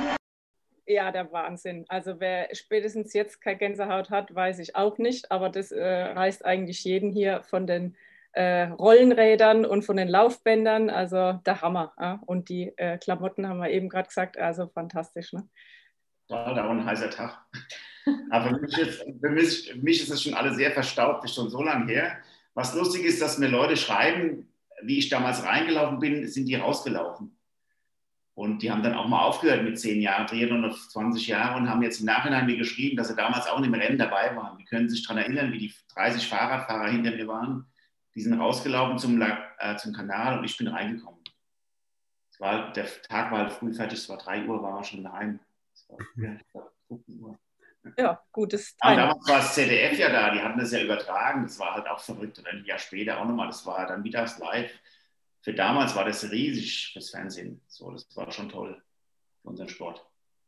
Ja, der Wahnsinn. Also wer spätestens jetzt keine Gänsehaut hat, weiß ich auch nicht. Aber das äh, reißt eigentlich jeden hier von den äh, Rollenrädern und von den Laufbändern. Also der Hammer. Ja? Und die äh, Klamotten haben wir eben gerade gesagt. Also fantastisch. Ne? Ja, da war ein heißer Tag. Aber für mich, ist, für, mich, für mich ist das schon alles sehr verstaubt, ist schon so lange her. Was lustig ist, dass mir Leute schreiben, wie ich damals reingelaufen bin, sind die rausgelaufen. Und die haben dann auch mal aufgehört mit zehn Jahren, Triathlon oder zwanzig Jahre und haben jetzt im Nachhinein mir geschrieben, dass sie damals auch in dem Rennen dabei waren. Die können sich daran erinnern, wie die dreißig Fahrradfahrer hinter mir waren. Die sind rausgelaufen zum, äh, zum Kanal und ich bin reingekommen. Es war, der Tag war halt früh fertig, es war drei Uhr, waren wir schon daheim. Es war ja, fünfzehn Uhr. Ja, gutes Timing. Damals war das Z D F ja da, die hatten das ja übertragen, das war halt auch verrückt. Und ein Jahr später auch nochmal, das war dann mittags live. Für damals war das riesig fürs Fernsehen. So, das war schon toll für unseren Sport.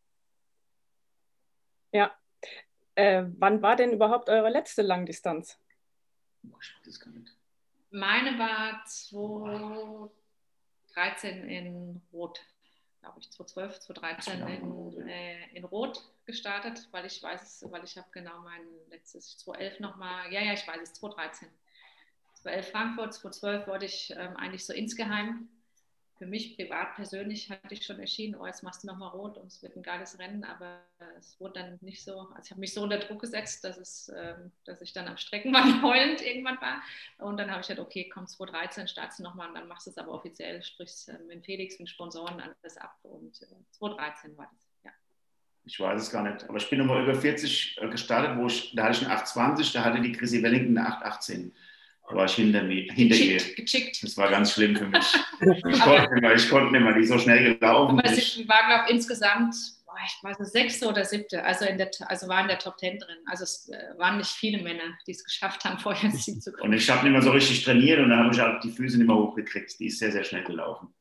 Ja. Äh, wann war denn überhaupt eure letzte Langdistanz? Das kann nicht. Meine war zweitausenddreizehn in Rot. Glaube ich, zweitausendzwölf, zweitausenddreizehn in, äh, in Rot gestartet, weil ich weiß es, weil ich habe genau mein letztes, zweitausendelf nochmal, ja, ja, ich weiß es, zweitausenddreizehn. zweitausendelf Frankfurt, zweitausendzwölf wollte ich ähm, eigentlich so insgeheim für mich privat, persönlich hatte ich schon entschieden, oh, jetzt machst du nochmal rot und es wird ein geiles Rennen, aber es wurde dann nicht so, also ich habe mich so unter Druck gesetzt, dass, es, ähm, dass ich dann am Streckenband heulend irgendwann war und dann habe ich gesagt, okay, komm, zwanzig dreizehn startest du nochmal und dann machst du es aber offiziell, sprichst äh, mit Felix, mit Sponsoren alles ab und äh, zwanzig dreizehn war das, ja. Ich weiß es gar nicht, aber ich bin nochmal über vierzig gestartet, wo ich, da hatte ich eine acht zwanzig, da hatte die Chrissy Wellington eine acht achtzehn. Da war ich hinter, mir, hinter gechickt, ihr. Gechickt. Das war ganz schlimm für mich. Ich konnte nicht mehr, ich konnte nicht mehr, die ist so schnell gelaufen. Aber sie war, glaube ich, insgesamt, boah, ich weiß nicht, sechste oder siebte, also, in der, also war in der Top Ten drin. Also es äh, waren nicht viele Männer, die es geschafft haben, vorher ins Ziel zu kommen. Und ich habe nicht mehr so richtig trainiert und dann habe ich auch die Füße nicht mehr hochgekriegt. Die ist sehr, sehr schnell gelaufen.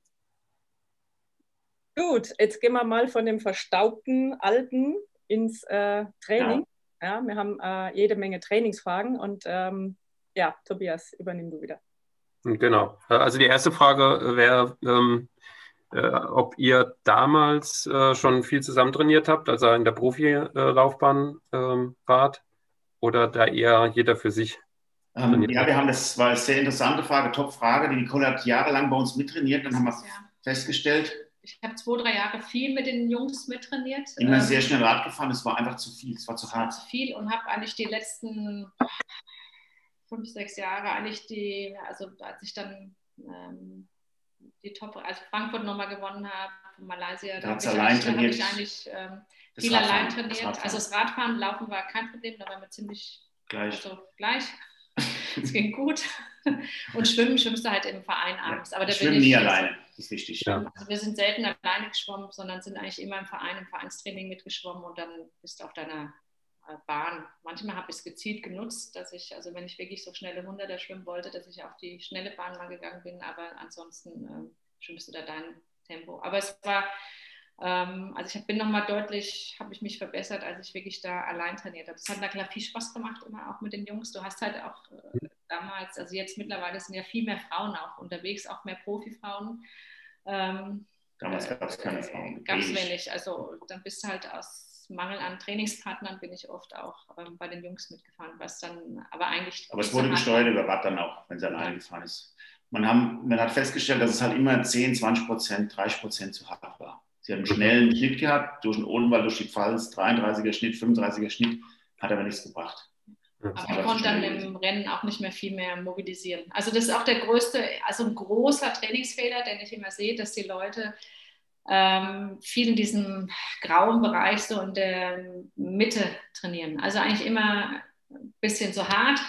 Gut, jetzt gehen wir mal von dem verstaubten Alten ins äh, Training. Ja. Ja, wir haben äh, jede Menge Trainingsfragen und ähm, ja, Tobias, übernimm du wieder. Genau. Also die erste Frage wäre, ähm, äh, ob ihr damals äh, schon viel zusammen trainiert habt, also in der Profilaufbahn ähm, wart, oder da eher jeder für sich ähm, Ja, wir haben, das war eine sehr interessante Frage, Top-Frage. Die Nicole hat jahrelang bei uns mittrainiert, dann haben wir ja. festgestellt. Ich habe zwei, drei Jahre viel mit den Jungs mittrainiert. Immer ähm, sehr schnell Rad gefahren, es war einfach zu viel, es war zu hart. Zu viel und habe eigentlich die letzten fünf, sechs Jahre eigentlich die, also als ich dann ähm, die Top, also Frankfurt nochmal gewonnen habe, Malaysia, da habe ich, allein hab ich eigentlich ähm, viel Radfahren, allein trainiert. Das also das Radfahren, Laufen war kein Problem, da waren wir ziemlich gleich. Also gleich. Es ging gut. Und Schwimmen schwimmst du halt im Verein abends. Aber da Schwimmen bin ich nie jetzt, alleine, das ist wichtig. Ja. Also wir sind selten alleine geschwommen, sondern sind eigentlich immer im Verein, im Vereinstraining mitgeschwommen und dann bist du auf deiner Bahn. Manchmal habe ich es gezielt genutzt, dass ich, also wenn ich wirklich so schnelle Hunderter schwimmen wollte, dass ich auf die schnelle Bahn mal gegangen bin, aber ansonsten äh, schwimmst du da dein Tempo. Aber es war, ähm, also ich bin nochmal deutlich, habe ich mich verbessert, als ich wirklich da allein trainiert habe. Das hat na klar viel Spaß gemacht, immer auch mit den Jungs. Du hast halt auch äh, damals, also jetzt mittlerweile sind ja viel mehr Frauen auch unterwegs, auch mehr Profifrauen. Ähm, Damals gab es keine Frauen. Gab es wenig. Also dann bist du halt aus Mangel an Trainingspartnern bin ich oft auch ähm, bei den Jungs mitgefahren, was dann aber eigentlich... Aber es wurde gesteuert über Watt dann auch, wenn sie alleine gefahren ist. Man, haben, man hat festgestellt, dass es halt immer zehn, zwanzig Prozent, dreißig Prozent zu hart war. Sie hat einen schnellen Schnitt gehabt, durch den Odenwald, durch die Pfalz, dreiunddreißiger Schnitt, fünfunddreißiger Schnitt, hat aber nichts gebracht. Aber man konnte dann im Rennen auch nicht mehr viel mehr mobilisieren. Also das ist auch der größte, also ein großer Trainingsfehler, den ich immer sehe, dass die Leute ähm, viel in diesem grauen Bereich so in der Mitte trainieren. Also eigentlich immer ein bisschen so hart,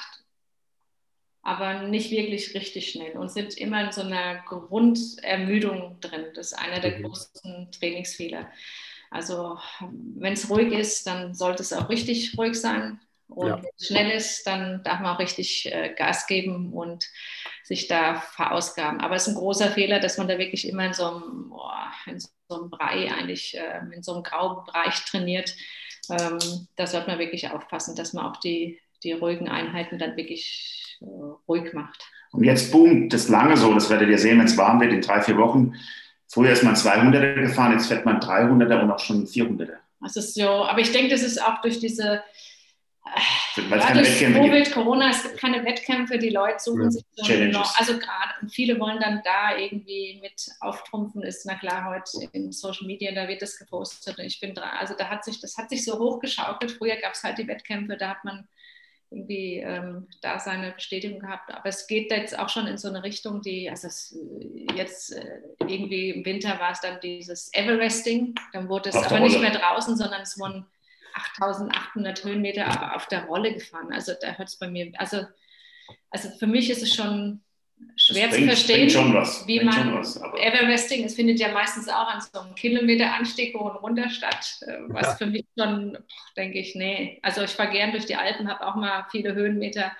aber nicht wirklich richtig schnell und sind immer in so einer Grundermüdung drin. Das ist einer der großen Trainingsfehler. Also wenn es ruhig ist, dann sollte es auch richtig ruhig sein. Und ja. wenn es schnell ist, dann darf man auch richtig äh, Gas geben und sich da verausgaben. Aber es ist ein großer Fehler, dass man da wirklich immer in so einem, oh, in so einem Brei, eigentlich äh, in so einem grauen Bereich trainiert. Ähm, da sollte man wirklich aufpassen, dass man auch die, die ruhigen Einheiten dann wirklich äh, ruhig macht. Und jetzt boomt das lange so, das werdet ihr sehen, wenn es warm wird, in drei, vier Wochen. Früher ist man zweihunderter gefahren, jetzt fährt man dreihunderter und auch schon vierhunderter. Das ist so, aber ich denke, das ist auch durch diese Weil es keine Wettkämpfe Covid, gibt. Corona, es gibt keine Wettkämpfe, die Leute suchen ja. sich so Challenges. Also gerade, und viele wollen dann da irgendwie mit auftrumpfen, ist na klar, heute in Social Media, da wird das gepostet und ich bin dran, also da hat sich, das hat sich so hochgeschaukelt, früher gab es halt die Wettkämpfe, da hat man irgendwie ähm, da seine Bestätigung gehabt, aber es geht jetzt auch schon in so eine Richtung, die, also es, jetzt äh, irgendwie im Winter war es dann dieses Everesting, dann wurde es aber Rolle. nicht mehr draußen, sondern es wurden achttausendachthundert Höhenmeter auf der Rolle gefahren. Also da hört es bei mir, also, also für mich ist es schon schwer das zu bringt, verstehen, bringt schon was, wie bringt man schon was, Everesting, es findet ja meistens auch an so einem Kilometeranstieg hoch und runter statt, was ja. für mich schon, denke ich, nee, also ich fahre gern durch die Alpen, habe auch mal viele Höhenmeter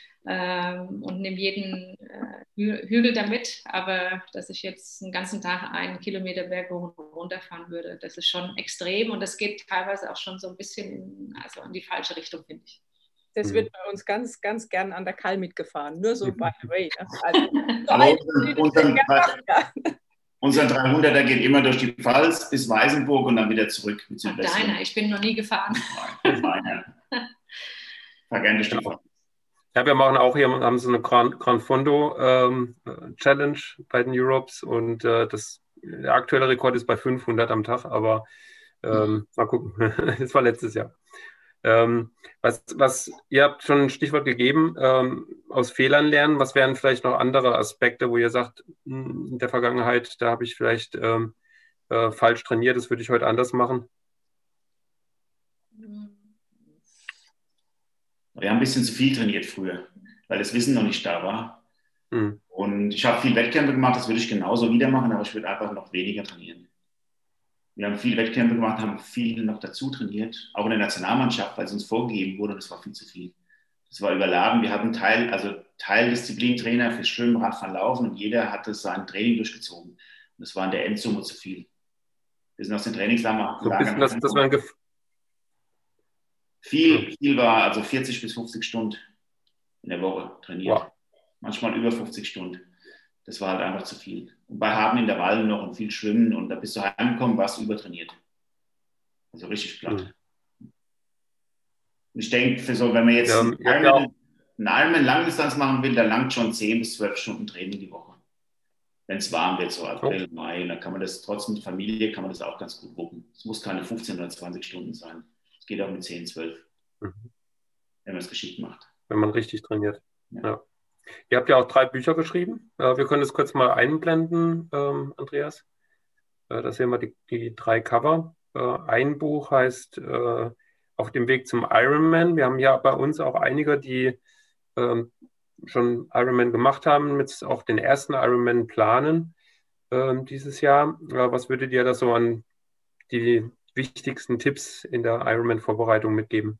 ähm, und nehme jeden äh, Hü- Hügel damit, aber dass ich jetzt einen ganzen Tag einen Kilometer Berg hoch und runter fahren würde, das ist schon extrem und das geht teilweise auch schon so ein bisschen in, also in die falsche Richtung, finde ich. Das wird bei uns ganz, ganz gern an der Kall mitgefahren. Nur so by the way. Also, so Aber ein, unseren, unseren, unseren dreihunderter geht immer durch die Pfalz bis Weißenburg und dann wieder zurück. Mit Deiner, ich bin noch nie gefahren. Nein, nein. Fahr gerne durch die Pfalz. Ja, wir machen auch hier, haben so eine Gran, Gran Fondo ähm, Challenge bei den Europes und äh, das, der aktuelle Rekord ist bei fünfhundert am Tag, aber ähm, mal gucken. Das war letztes Jahr. Ähm, was, was, ihr habt schon ein Stichwort gegeben, ähm, aus Fehlern lernen. Was wären vielleicht noch andere Aspekte, wo ihr sagt, in der Vergangenheit, da habe ich vielleicht ähm, äh, falsch trainiert, das würde ich heute anders machen? Wir haben ein bisschen zu viel trainiert früher, weil das Wissen noch nicht da war. Hm. Und ich habe viel Wettkämpfe gemacht, das würde ich genauso wieder machen, aber ich würde einfach noch weniger trainieren. Wir haben viele Wettkämpfe gemacht, haben viel noch dazu trainiert, auch in der Nationalmannschaft, weil es uns vorgegeben wurde, das war viel zu viel. Das war überladen. Wir hatten Teil, also Teildisziplin-Trainer für Schwimmen, Radfahren, Laufen und jeder hatte sein Training durchgezogen. Und das war in der Endsumme zu viel. Wir sind aus den Trainingslagern. So ein bisschen, das, das war ein Gef- viel, viel war also vierzig bis fünfzig Stunden in der Woche trainiert. Wow. Manchmal über fünfzig Stunden. Das war halt einfach zu viel. Und bei harten Intervallen noch und viel Schwimmen und da bist du heimgekommen, warst du übertrainiert. Also richtig platt. Mhm. Und ich denke, für so, wenn man jetzt ja, einen Ironman, einen Ironman Langdistanz machen will, da langt schon zehn bis zwölf Stunden Training die Woche. Wenn es warm wird, so April, oh. Mai, dann kann man das trotz mit Familie, kann man das auch ganz gut wuppen. Es muss keine fünfzehn oder zwanzig Stunden sein. Es geht auch mit zehn, zwölf. Mhm. Wenn man es geschickt macht. Wenn man richtig trainiert. Ja. Ja. Ihr habt ja auch drei Bücher geschrieben. Wir können das kurz mal einblenden, ähm, Andreas. Da sehen wir die, die drei Cover. Ein Buch heißt äh, Auf dem Weg zum Ironman. Wir haben ja bei uns auch einige, die ähm, schon Ironman gemacht haben, mit auch den ersten Ironman planen ähm, dieses Jahr. Äh, was würdet ihr da so an die wichtigsten Tipps in der Ironman-Vorbereitung mitgeben?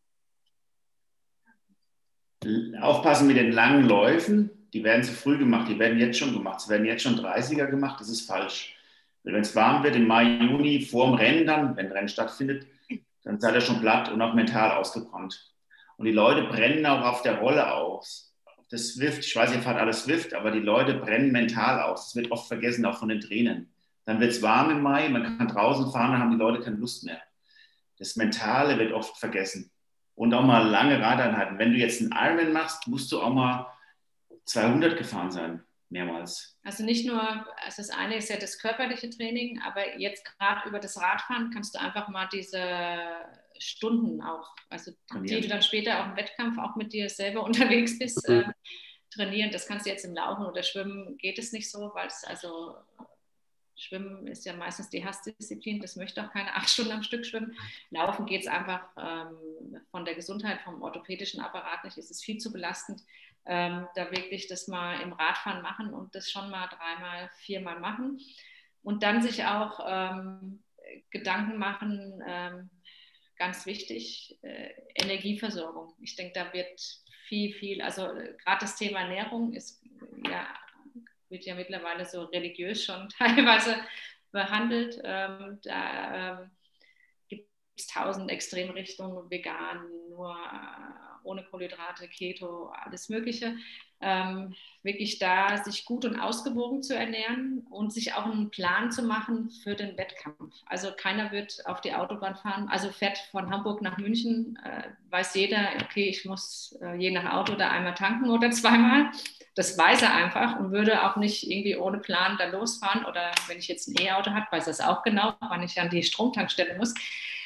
Aufpassen mit den langen Läufen, die werden zu früh gemacht, die werden jetzt schon gemacht, es werden jetzt schon dreißiger gemacht, das ist falsch. Wenn es warm wird im Mai, Juni, vor dem Rennen dann, wenn ein Rennen stattfindet, dann seid ihr schon platt und auch mental ausgebrannt. Und die Leute brennen auch auf der Rolle aus. Das Swift, ich weiß, ihr fahrt alles Swift, aber die Leute brennen mental aus. Das wird oft vergessen, auch von den Trainern. Dann wird es warm im Mai, man kann draußen fahren, dann haben die Leute keine Lust mehr. Das Mentale wird oft vergessen. Und auch mal lange Radeinheiten. Wenn du jetzt einen Ironman machst, musst du auch mal zweihundert gefahren sein, mehrmals. Also nicht nur, also das eine ist ja das körperliche Training, aber jetzt gerade über das Radfahren kannst du einfach mal diese Stunden auch, also trainieren. Die du dann später auch im Wettkampf auch mit dir selber unterwegs bist, äh, trainieren. Das kannst du jetzt im Laufen oder Schwimmen, geht es nicht so, weil es also... Schwimmen ist ja meistens die Hassdisziplin, das möchte auch keine acht Stunden am Stück schwimmen. Laufen geht es einfach ähm, von der Gesundheit, vom orthopädischen Apparat nicht, es ist viel zu belastend. Ähm, da wirklich das mal im Radfahren machen und das schon mal dreimal, viermal machen. Und dann sich auch ähm, Gedanken machen, ähm, ganz wichtig, äh, Energieversorgung. Ich denke, da wird viel, viel, also äh, gerade das Thema Ernährung ist ja wird ja mittlerweile so religiös schon teilweise behandelt. Ähm, da ähm, gibt es tausend Extremrichtungen, vegan, nur äh, ohne Kohlenhydrate, Keto, alles Mögliche. Ähm, wirklich da sich gut und ausgewogen zu ernähren und sich auch einen Plan zu machen für den Wettkampf. Also keiner wird auf die Autobahn fahren, also fährt von Hamburg nach München, äh, weiß jeder, okay, ich muss äh, je nach Auto da einmal tanken oder zweimal. Das weiß er einfach und würde auch nicht irgendwie ohne Plan da losfahren. Oder wenn ich jetzt ein E-Auto habe, weiß er es auch genau, wann ich an die Stromtankstelle muss.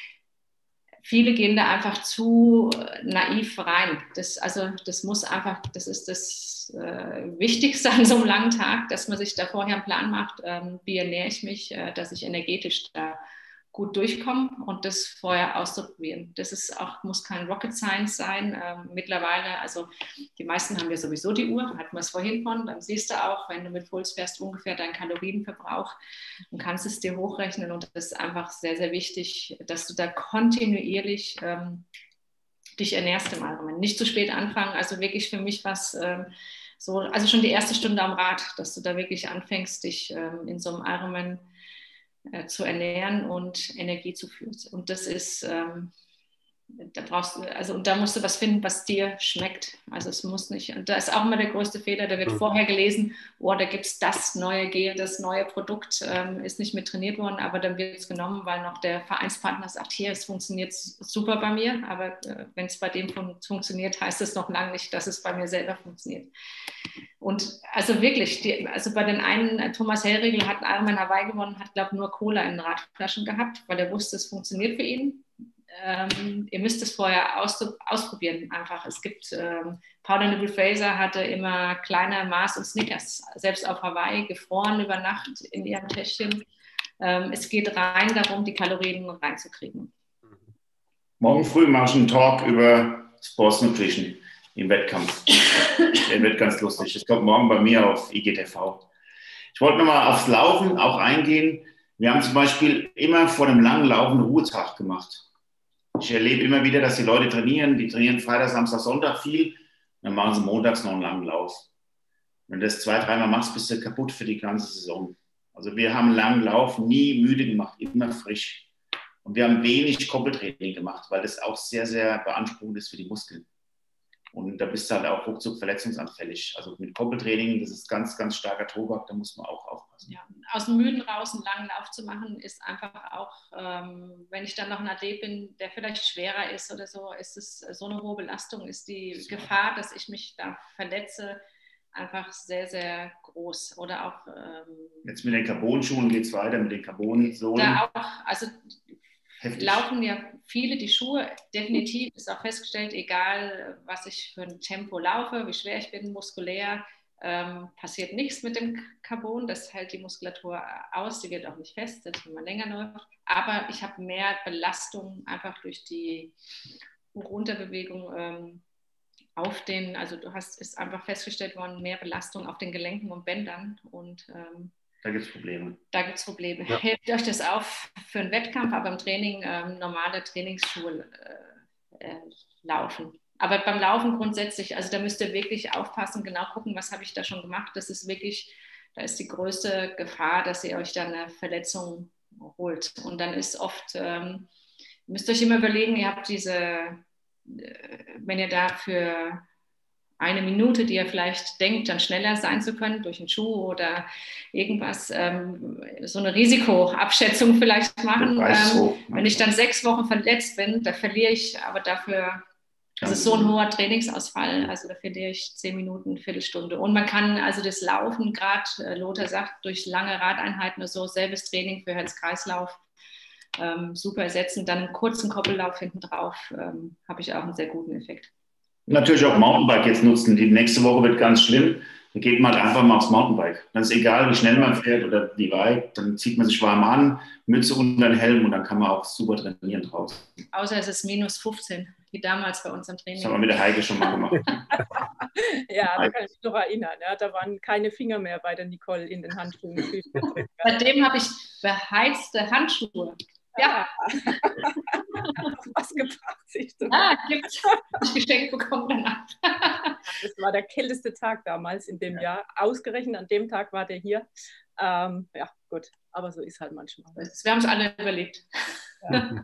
Viele gehen da einfach zu naiv rein. Das, also das muss einfach, das ist das äh, Wichtigste an so einem langen Tag, dass man sich da vorher einen Plan macht, ähm, wie ernähre ich mich, äh, dass ich energetisch da gut durchkomme und das vorher auszuprobieren. Das ist auch, muss kein Rocket Science sein. Ähm, mittlerweile, also die meisten haben ja sowieso die Uhr, hatten wir es vorhin von, dann siehst du auch, wenn du mit Puls fährst, ungefähr deinen Kalorienverbrauch und kannst es dir hochrechnen und das ist einfach sehr, sehr wichtig, dass du da kontinuierlich ähm, dich ernährst im Ironman. Nicht zu spät anfangen, also wirklich für mich was ähm, so, also schon die erste Stunde am Rad, dass du da wirklich anfängst, dich ähm, in so einem Ironman zu ernähren und Energie zu führen. Und das ist, ähm, Da brauchst du, also und da musst du was finden, was dir schmeckt. Also es muss nicht, und da ist auch immer der größte Fehler, da wird mhm. vorher gelesen, oh, da gibt es das neue Gel, das neue Produkt, ähm, ist nicht mit trainiert worden, aber dann wird es genommen, weil noch der Vereinspartner sagt, hier, es funktioniert super bei mir, aber äh, wenn es bei dem fun- funktioniert, heißt es noch lange nicht, dass es bei mir selber funktioniert. Und also wirklich, die, also bei den einen, Thomas Hellriegel hat Ironman Hawaii gewonnen, hat, glaube ich, nur Cola in Radflaschen gehabt, weil er wusste, es funktioniert für ihn. Ähm, ihr müsst es vorher aus, ausprobieren einfach. Es gibt, ähm, Paula Neville Fraser hatte immer kleine Mars und Snickers, selbst auf Hawaii, gefroren über Nacht in ihrem Täschchen. Ähm, es geht rein darum, die Kalorien reinzukriegen. Morgen früh mache ich einen Talk über Sports Nutrition im Wettkampf. Der wird ganz lustig. Das kommt morgen bei mir auf I G T V. Ich wollte nochmal aufs Laufen auch eingehen. Wir haben zum Beispiel immer vor einem langen Lauf einen Ruhetag gemacht. Ich erlebe immer wieder, dass die Leute trainieren, die trainieren Freitag, Samstag, Sonntag viel, dann machen sie montags noch einen langen Lauf. Wenn du das zwei, dreimal machst, bist du kaputt für die ganze Saison. Also wir haben einen langen Lauf nie müde gemacht, immer frisch. Und wir haben wenig Koppeltraining gemacht, weil das auch sehr, sehr beanspruchend ist für die Muskeln. Und da bist du halt auch ruckzuck verletzungsanfällig. Also mit Koppeltraining, das ist ganz, ganz starker Tobak, da muss man auch aufpassen. Ja, aus dem Müden raus einen langen Lauf zu machen, ist einfach auch, ähm, wenn ich dann noch ein Athlet bin, der vielleicht schwerer ist oder so, ist es so eine hohe Belastung, ist die so. Gefahr, dass ich mich da verletze, einfach sehr, sehr groß. Oder auch... Ähm, Jetzt mit den Carbon-Schuhen geht es weiter, mit den Carbon-Sohlen. Da auch, also... Heftig. Laufen ja viele die Schuhe, definitiv ist auch festgestellt, egal was ich für ein Tempo laufe, wie schwer ich bin, muskulär, ähm, passiert nichts mit dem Carbon, das hält die Muskulatur aus, die wird auch nicht fest, selbst wenn man länger läuft, aber ich habe mehr Belastung einfach durch die Runterbewegung ähm, auf den, also du hast, ist einfach festgestellt worden, mehr Belastung auf den Gelenken und Bändern und ähm, da gibt es Probleme. Da gibt es Probleme. Ja. Hilft euch das auf für einen Wettkampf, aber im Training ähm, normale Trainingsschuhe äh, äh, laufen. Aber beim Laufen grundsätzlich, also da müsst ihr wirklich aufpassen, genau gucken, was habe ich da schon gemacht. Das ist wirklich, da ist die größte Gefahr, dass ihr euch dann eine Verletzung holt. Und dann ist oft, ähm, müsst ihr euch immer überlegen, ihr habt diese, äh, wenn ihr da für eine Minute, die ihr vielleicht denkt, dann schneller sein zu können durch einen Schuh oder irgendwas, ähm, so eine Risikoabschätzung vielleicht machen. Ähm, wenn ich dann sechs Wochen verletzt bin, da verliere ich aber dafür, das ist so ein hoher Trainingsausfall, also da verliere ich zehn Minuten, eine Viertelstunde. Und man kann also das Laufen, gerade äh, Lothar sagt, durch lange Radeinheiten oder so, selbes Training für Herz-Kreislauf, ähm, super ersetzen. Dann einen kurzen Koppellauf hinten drauf, ähm, habe ich auch einen sehr guten Effekt. Natürlich auch Mountainbike jetzt nutzen. Die nächste Woche wird ganz schlimm. Dann geht man halt einfach mal aufs Mountainbike. Dann ist egal, wie schnell man fährt oder wie weit. Dann zieht man sich warm an, Mütze unter den Helm und dann kann man auch super trainieren draußen. Außer es ist minus fünfzehn, wie damals bei unserem Training. Das haben wir mit der Heike schon mal gemacht. Ja, da kann ich mich noch erinnern. Ja, da waren keine Finger mehr bei der Nicole in den Handschuhen. Seitdem habe ich beheizte Handschuhe. Ja. Was gebracht sich das? Ah, gibt's. Ich geschenkt bekommen danach. Das war der kälteste Tag damals in dem ja. Jahr. Ausgerechnet an dem Tag war der hier. Ähm, ja, gut. Aber so ist halt manchmal. Wir haben es alle überlebt. Ja.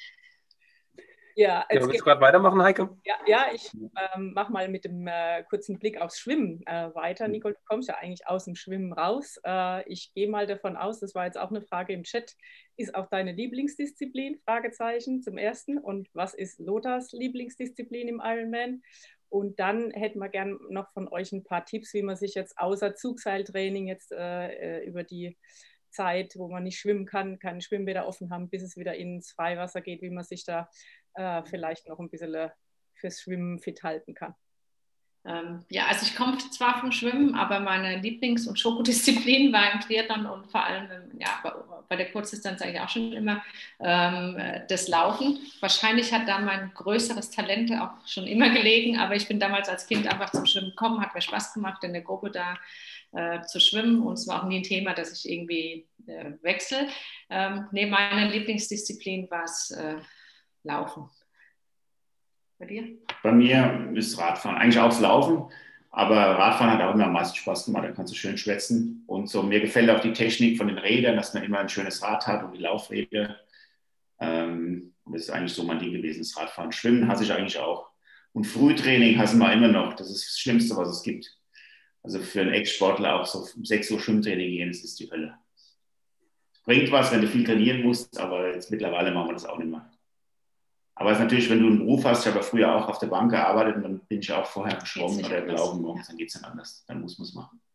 Ja, ja, willst du gerade weitermachen, Heike? Ja, ja ich ähm, mache mal mit dem äh, kurzen Blick aufs Schwimmen äh, weiter. Nicole, du kommst ja eigentlich aus dem Schwimmen raus. Äh, ich gehe mal davon aus, das war jetzt auch eine Frage im Chat, ist auch deine Lieblingsdisziplin? Fragezeichen zum Ersten. Und was ist Lothars Lieblingsdisziplin im Ironman? Und dann hätten wir gern noch von euch ein paar Tipps, wie man sich jetzt außer Zugseiltraining jetzt äh, über die Zeit, wo man nicht schwimmen kann, keine Schwimmbäder offen haben, bis es wieder ins Freiwasser geht, wie man sich da Äh, vielleicht noch ein bisschen fürs Schwimmen fit halten kann. Ähm, ja, also ich komme zwar vom Schwimmen, aber meine Lieblings- und Schokodisziplin war im Triathlon und vor allem ja, bei der Kurzdistanz eigentlich auch schon immer ähm, das Laufen. Wahrscheinlich hat da mein größeres Talent auch schon immer gelegen, aber ich bin damals als Kind einfach zum Schwimmen gekommen, hat mir Spaß gemacht, in der Gruppe da äh, zu schwimmen und es war auch nie ein Thema, dass ich irgendwie äh, wechsle. Ähm, neben meiner Lieblingsdisziplin war es äh, Laufen. Bei dir? Bei mir ist Radfahren. Eigentlich auch das Laufen, aber Radfahren hat auch immer am meisten Spaß gemacht. Da kannst du schön schwätzen. Und so, mir gefällt auch die Technik von den Rädern, dass man immer ein schönes Rad hat und die Laufräder. Ähm, Und das ist eigentlich so mein Ding gewesen, das Radfahren. Schwimmen hasse ich eigentlich auch. Und Frühtraining hassen wir immer noch. Das ist das Schlimmste, was es gibt. Also für einen Ex-Sportler auch so um sechs Uhr Schwimmtraining gehen, das ist die Hölle. Bringt was, wenn du viel trainieren musst, aber jetzt mittlerweile machen wir das auch nicht mehr. Aber es ist natürlich, wenn du einen Beruf hast, ich habe ja früher auch auf der Bank gearbeitet und dann bin ich auch vorher geschwommen oder gelaufen morgens, dann geht es dann anders. Dann muss man es machen.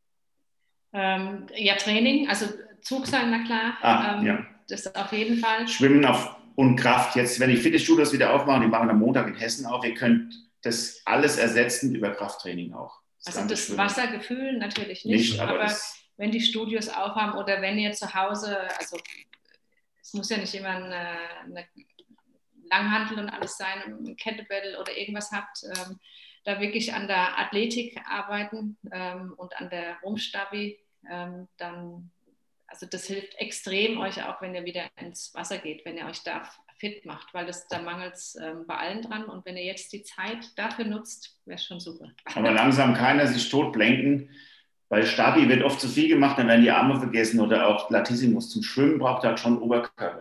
Ähm, ja, Training, also Zugseil, na klar. Ah, ähm, ja. Das auf jeden Fall. Schwimmen auf, und Kraft. Jetzt, wenn die Fitnessstudios wieder aufmachen, die machen am Montag in Hessen auf, ihr könnt das alles ersetzen über Krafttraining auch. Das also das Schwimmen. Wassergefühl natürlich nicht, nicht aber, aber wenn die Studios aufhaben oder wenn ihr zu Hause, also es muss ja nicht immer eine, eine Langhantel und alles sein, ein Kettlebell oder irgendwas habt, ähm, da wirklich an der Athletik arbeiten ähm, und an der Rumpfstabi, ähm, dann, also das hilft extrem euch auch, wenn ihr wieder ins Wasser geht, wenn ihr euch da fit macht, weil das, da mangelt es ähm, bei allen dran und wenn ihr jetzt die Zeit dafür nutzt, wäre es schon super. Aber langsam keiner sich totblenken. Bei Stabi wird oft zu viel gemacht, dann werden die Arme vergessen oder auch Latissimus. Zum Schwimmen braucht er halt schon Oberkörper.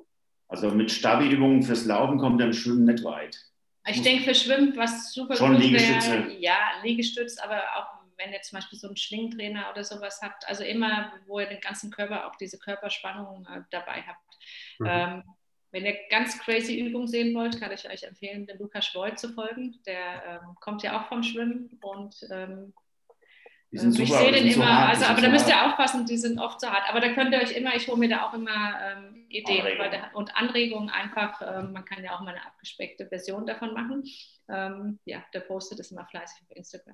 Also mit Stabi-Übungen fürs Laufen kommt dann Schwimmen nicht weit. Ich denke für Schwimmen, was super schon gut Liegestütze. wäre, ja, Liegestütz, aber auch wenn ihr zum Beispiel so einen Schlingentrainer oder sowas habt, also immer, wo ihr den ganzen Körper, auch diese Körperspannung äh, dabei habt. Mhm. Ähm, wenn ihr ganz crazy Übungen sehen wollt, kann ich euch empfehlen, den Lukas Schwoid zu folgen. Der ähm, kommt ja auch vom Schwimmen und ähm, die sind super, ich sehe den immer, so hart, also, aber so da müsst ihr hart. aufpassen, die sind oft so hart. Aber da könnt ihr euch immer, ich hole mir da auch immer ähm, Ideen Anregungen. Der, und Anregungen einfach. Ähm, man kann ja auch mal eine abgespeckte Version davon machen. Ähm, ja, der postet das immer fleißig auf Instagram.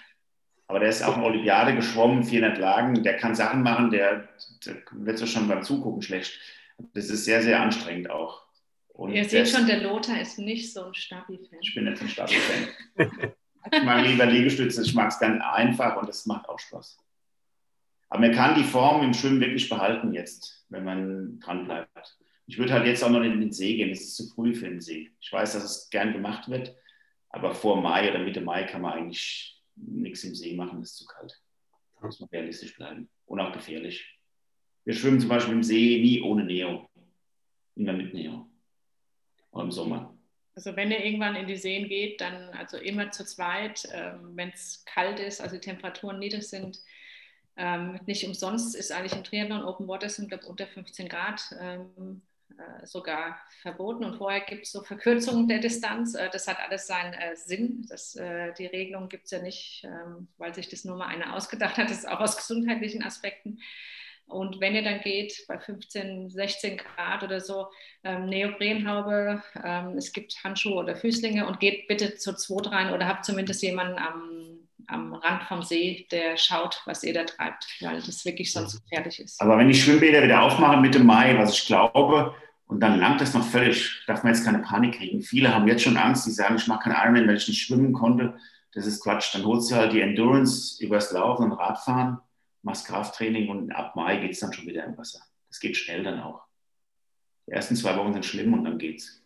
Aber der ist auch in Olympiade geschwommen, vierhundert Lagen. Der kann Sachen machen, der, der wird so schon beim Zugucken schlecht. Das ist sehr, sehr anstrengend auch. Und ihr seht schon, der Lothar ist nicht so ein Stabi-Fan. Ich bin nicht ein Stabi-Fan. Ich mag lieber Liegestütze, ich mag es ganz einfach und es macht auch Spaß. Aber man kann die Form im Schwimmen wirklich behalten jetzt, wenn man dran bleibt. Ich würde halt jetzt auch noch in den See gehen, es ist zu früh für den See. Ich weiß, dass es gern gemacht wird, aber vor Mai oder Mitte Mai kann man eigentlich nichts im See machen, es ist zu kalt. Da muss man realistisch bleiben und auch gefährlich. Wir schwimmen zum Beispiel im See nie ohne Neo, immer mit Neo, auch im Sommer. Also wenn ihr irgendwann in die Seen geht, dann also immer zu zweit, ähm, wenn es kalt ist, also die Temperaturen niedrig sind. Ähm, nicht umsonst ist eigentlich im Triathlon Open Water sind, glaube ich, unter fünfzehn Grad ähm, äh, sogar verboten. Und vorher gibt es so Verkürzungen der Distanz. Äh, das hat alles seinen äh, Sinn. Das, äh, die Regelung gibt es ja nicht, ähm, weil sich das nur mal einer ausgedacht hat. Das ist auch aus gesundheitlichen Aspekten. Und wenn ihr dann geht, bei fünfzehn, sechzehn Grad oder so, ähm, Neoprenhaube, ähm, es gibt Handschuhe oder Füßlinge und geht bitte zu zweit rein oder habt zumindest jemanden am, am Rand vom See, der schaut, was ihr da treibt, weil das wirklich sonst gefährlich ist. Aber wenn die Schwimmbäder wieder aufmachen Mitte Mai, was ich glaube, und dann langt das noch völlig, darf man jetzt keine Panik kriegen. Viele haben jetzt schon Angst, die sagen, ich mache keinen Ironman, weil ich nicht schwimmen konnte. Das ist Quatsch. Dann holst du halt die Endurance übers Laufen und Radfahren, machst Krafttraining und ab Mai geht es dann schon wieder im Wasser. Das geht schnell dann auch. Die ersten zwei Wochen sind schlimm und dann geht's.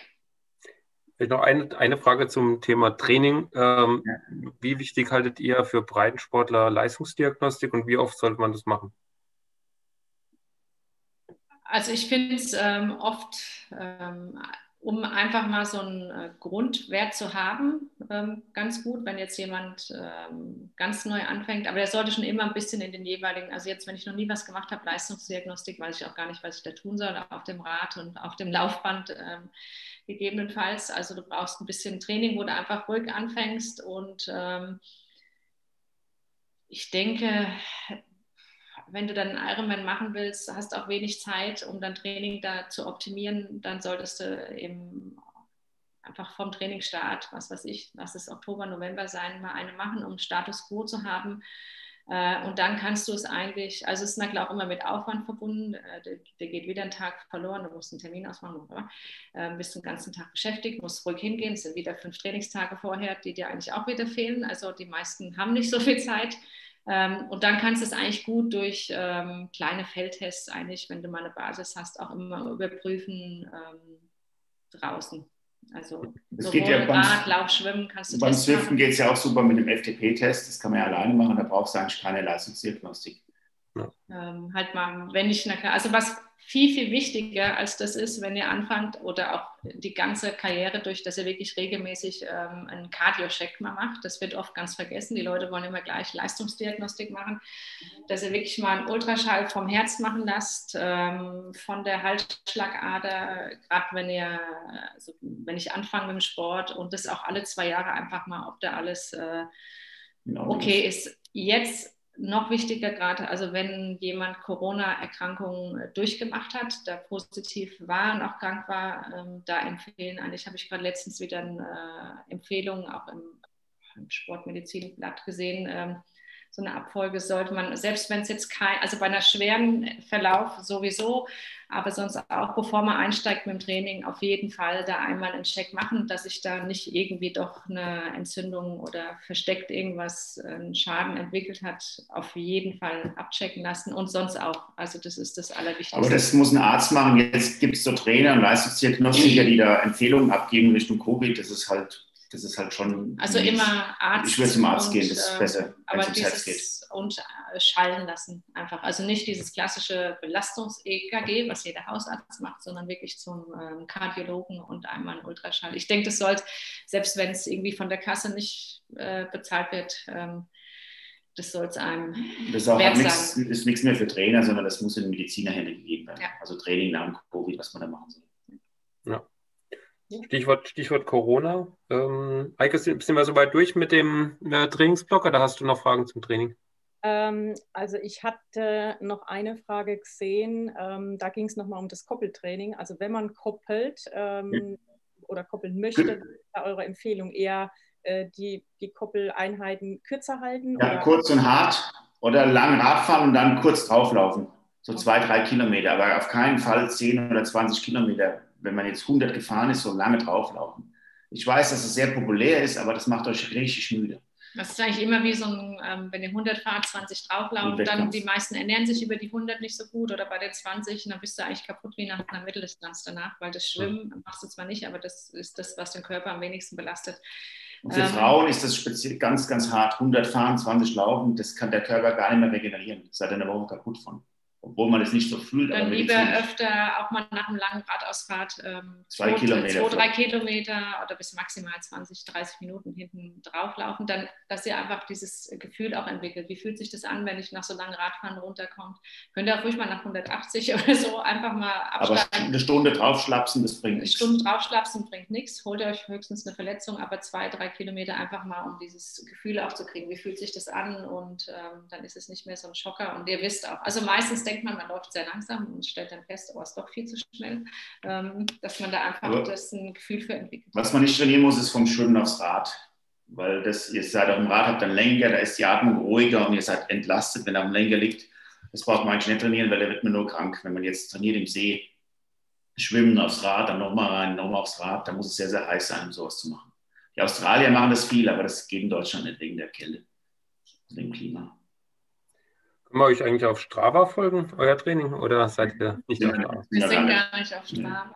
Vielleicht noch eine, eine Frage zum Thema Training. Ähm, Ja. Wie wichtig haltet ihr für Breitensportler Leistungsdiagnostik und wie oft sollte man das machen? Also ich finde es ähm, oft, ähm, um einfach mal so einen äh, Grundwert zu haben, ähm, ganz gut, wenn jetzt jemand ähm, ganz neu anfängt. Aber der sollte schon immer ein bisschen in den jeweiligen, also jetzt, wenn ich noch nie was gemacht habe, Leistungsdiagnostik, weiß ich auch gar nicht, was ich da tun soll, auf dem Rad und auf dem Laufband ähm, gegebenenfalls. Also du brauchst ein bisschen Training, wo du einfach ruhig anfängst und ähm, ich denke, wenn du dann einen Ironman machen willst, hast auch wenig Zeit, um dein Training da zu optimieren, dann solltest du eben einfach vom Trainingsstart, was weiß ich, lass es Oktober, November sein, mal eine machen, um Status Quo zu haben. Und dann kannst du es eigentlich, also es ist natürlich auch immer mit Aufwand verbunden, der, der geht wieder ein Tag verloren, du musst einen Termin ausmachen, oder? Bist den ganzen Tag beschäftigt, musst ruhig hingehen, es sind wieder fünf Trainingstage vorher, die dir eigentlich auch wieder fehlen, also die meisten haben nicht so viel Zeit. Ähm, und dann kannst du es eigentlich gut durch ähm, kleine Feldtests eigentlich, wenn du mal eine Basis hast, auch immer überprüfen ähm, draußen. Also Das sowohl geht ja beim, Rad, Lauf, Schwimmen kannst du beim testen. Swiften geht es ja auch super mit dem F T P-Test. Das kann man ja alleine machen. Da brauchst du eigentlich keine Leistungsdiagnostik. Ja. Ähm, halt mal, wenn ich, also was viel, viel wichtiger als das ist, wenn ihr anfangt oder auch die ganze Karriere durch, dass ihr wirklich regelmäßig ähm, einen Cardio-Check mal macht. Das wird oft ganz vergessen. Die Leute wollen immer gleich Leistungsdiagnostik machen, dass ihr wirklich mal einen Ultraschall vom Herz machen lasst, ähm, von der Halsschlagader, gerade wenn ihr, also wenn ich anfange mit dem Sport und das auch alle zwei Jahre einfach mal, ob da alles äh, okay ist. Jetzt noch wichtiger gerade, also wenn jemand Corona-Erkrankungen durchgemacht hat, da positiv war und auch krank war, ähm, da empfehlen eigentlich, habe ich gerade letztens wieder eine äh, Empfehlung auch im, im Sportmedizinblatt gesehen, ähm, so eine Abfolge sollte man, selbst wenn es jetzt kein, also bei einer schweren Verlauf sowieso, aber sonst auch, bevor man einsteigt mit dem Training, auf jeden Fall da einmal einen Check machen, dass sich da nicht irgendwie doch eine Entzündung oder versteckt irgendwas, einen Schaden entwickelt hat, auf jeden Fall abchecken lassen und sonst auch. Also das ist das Allerwichtigste. Aber das muss ein Arzt machen. Jetzt gibt es so Trainer und Leistungsdiagnostiker, die da Empfehlungen abgeben Richtung Covid. Das ist halt Das ist halt schon. Also immer Arzt. Ich würde zum Arzt und, gehen, das ist besser. Aber dieses geht. Und äh, schallen lassen einfach. Also nicht dieses klassische Belastungs-E K G, was jeder Hausarzt macht, sondern wirklich zum ähm, Kardiologen und einmal ein Ultraschall. Ich denke, das sollte, selbst wenn es irgendwie von der Kasse nicht äh, bezahlt wird, ähm, das soll es einem das auch wert nix, sein. ist nichts mehr für Trainer, sondern das muss in Medizinerhände gegeben werden. Ja. Also Training nach dem Covid, was man da machen soll. Ja. Stichwort, Stichwort Corona. Ähm, Eike, sind wir soweit durch mit dem äh, Trainingsblock oder hast du noch Fragen zum Training? Ähm, also ich hatte noch eine Frage gesehen, ähm, da ging es nochmal um das Koppeltraining. Also wenn man koppelt ähm, hm. oder koppeln möchte, ist da eure Empfehlung eher äh, die, die Koppeleinheiten kürzer halten? Ja, oder? Kurz und hart oder lang Radfahren und dann kurz drauflaufen. So zwei, drei Kilometer, aber auf keinen Fall zehn oder zwanzig Kilometer. Wenn man jetzt hundert gefahren ist, so lange drauflaufen. Ich weiß, dass es sehr populär ist, aber das macht euch richtig müde. Das ist eigentlich immer wie so ein, ähm, wenn ihr hundert fahrt, zwanzig drauflaufen, dann die meisten ernähren sich über die hundert nicht so gut oder bei den zwanzig, und dann bist du eigentlich kaputt wie nach einer Mitteldistanz danach, weil das Schwimmen machst du zwar nicht, aber das ist das, was den Körper am wenigsten belastet. Und für ähm, Frauen ist das speziell ganz, ganz hart. hundert fahren, zwanzig laufen, das kann der Körper gar nicht mehr regenerieren. Das hat eine Woche kaputt von. Obwohl man es nicht so fühlt. Dann aber lieber öfter auch mal nach einem langen Radausfahrt ähm, zwei, zwei, Kilometer, zwei, drei Kilometer oder bis maximal zwanzig, dreißig Minuten hinten drauf laufen, dann, dass ihr einfach dieses Gefühl auch entwickelt. Wie fühlt sich das an, wenn ich nach so langen Radfahren runterkomme? Könnt ihr auch ruhig mal nach hundertachtzig oder so einfach mal absteigen. Aber eine Stunde draufschlapsen, das bringt nichts. Eine Stunde draufschlapsen bringt nichts. Holt euch höchstens eine Verletzung, aber zwei, drei Kilometer einfach mal, um dieses Gefühl auch zu kriegen. Wie fühlt sich das an? Und ähm, dann ist es nicht mehr so ein Schocker. Und ihr wisst auch, also meistens denkt man, man läuft sehr langsam und stellt dann fest, oh, ist doch viel zu schnell, ähm, dass man da einfach aber das ein Gefühl für entwickelt. Was man nicht trainieren muss, ist vom Schwimmen aufs Rad, weil das, ihr seid auf dem Rad, habt dann Lenker, da ist die Atmung ruhiger und ihr seid entlastet, wenn er am Lenker liegt. Das braucht man eigentlich nicht trainieren, weil da wird man nur krank. Wenn man jetzt trainiert im See, schwimmen aufs Rad, dann nochmal rein, nochmal aufs Rad, dann muss es sehr, sehr heiß sein, um sowas zu machen. Die Australier machen das viel, aber das geht in Deutschland nicht wegen der Kälte und dem Klima. Können wir euch eigentlich auf Strava folgen, euer Training, oder seid ihr nicht auf Strava? Wir sind gar nicht auf Strava.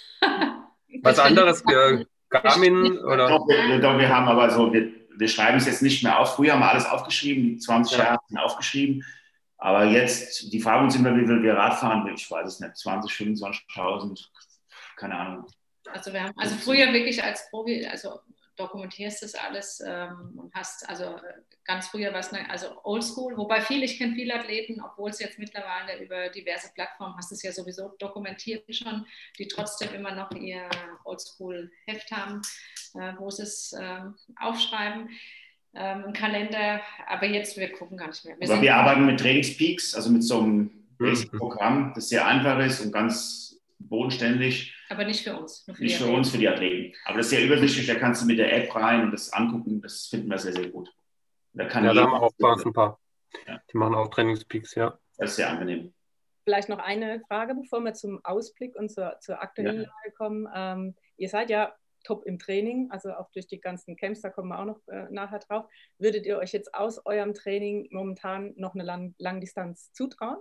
Was anderes, äh, Garmin oder? Doch wir, doch, wir haben aber so, wir, wir schreiben es jetzt nicht mehr auf. Früher haben wir alles aufgeschrieben, die zwanzig Jahre sind aufgeschrieben. Aber jetzt, die fragen uns immer, wie viel wir Rad fahren. Ich weiß es nicht, zwanzig, fünfundzwanzigtausend, keine Ahnung. Also wir haben, also früher wirklich als Profi, also dokumentierst das alles ähm, und hast, also ganz früher war es ne, also oldschool, wobei viele, ich kenne viele Athleten, obwohl es jetzt mittlerweile über diverse Plattformen, hast es ja sowieso dokumentiert schon, die trotzdem immer noch ihr Oldschool-Heft haben, äh, wo sie es äh, aufschreiben, ähm, im Kalender, aber jetzt, wir gucken gar nicht mehr. Wir, aber wir arbeiten mit Trainingspeaks, also mit so einem Basic-Programm, das sehr einfach ist und ganz bodenständig. Aber nicht für uns. Nur für nicht für uns, für die Athleten. Aber das ist sehr übersichtlich, da kannst du mit der App rein und das angucken, das finden wir sehr, sehr gut. Da kann ja, da haben wir auch bei uns ein paar. Ja. Die machen auch Trainingspeaks, ja. Das ist sehr angenehm. Vielleicht noch eine Frage, bevor wir zum Ausblick und zur, zur aktuellen ja. Lage kommen. Ähm, ihr seid ja top im Training, also auch durch die ganzen Camps, da kommen wir auch noch äh, nachher drauf. Würdet ihr euch jetzt aus eurem Training momentan noch eine Lang Langdistanz zutrauen?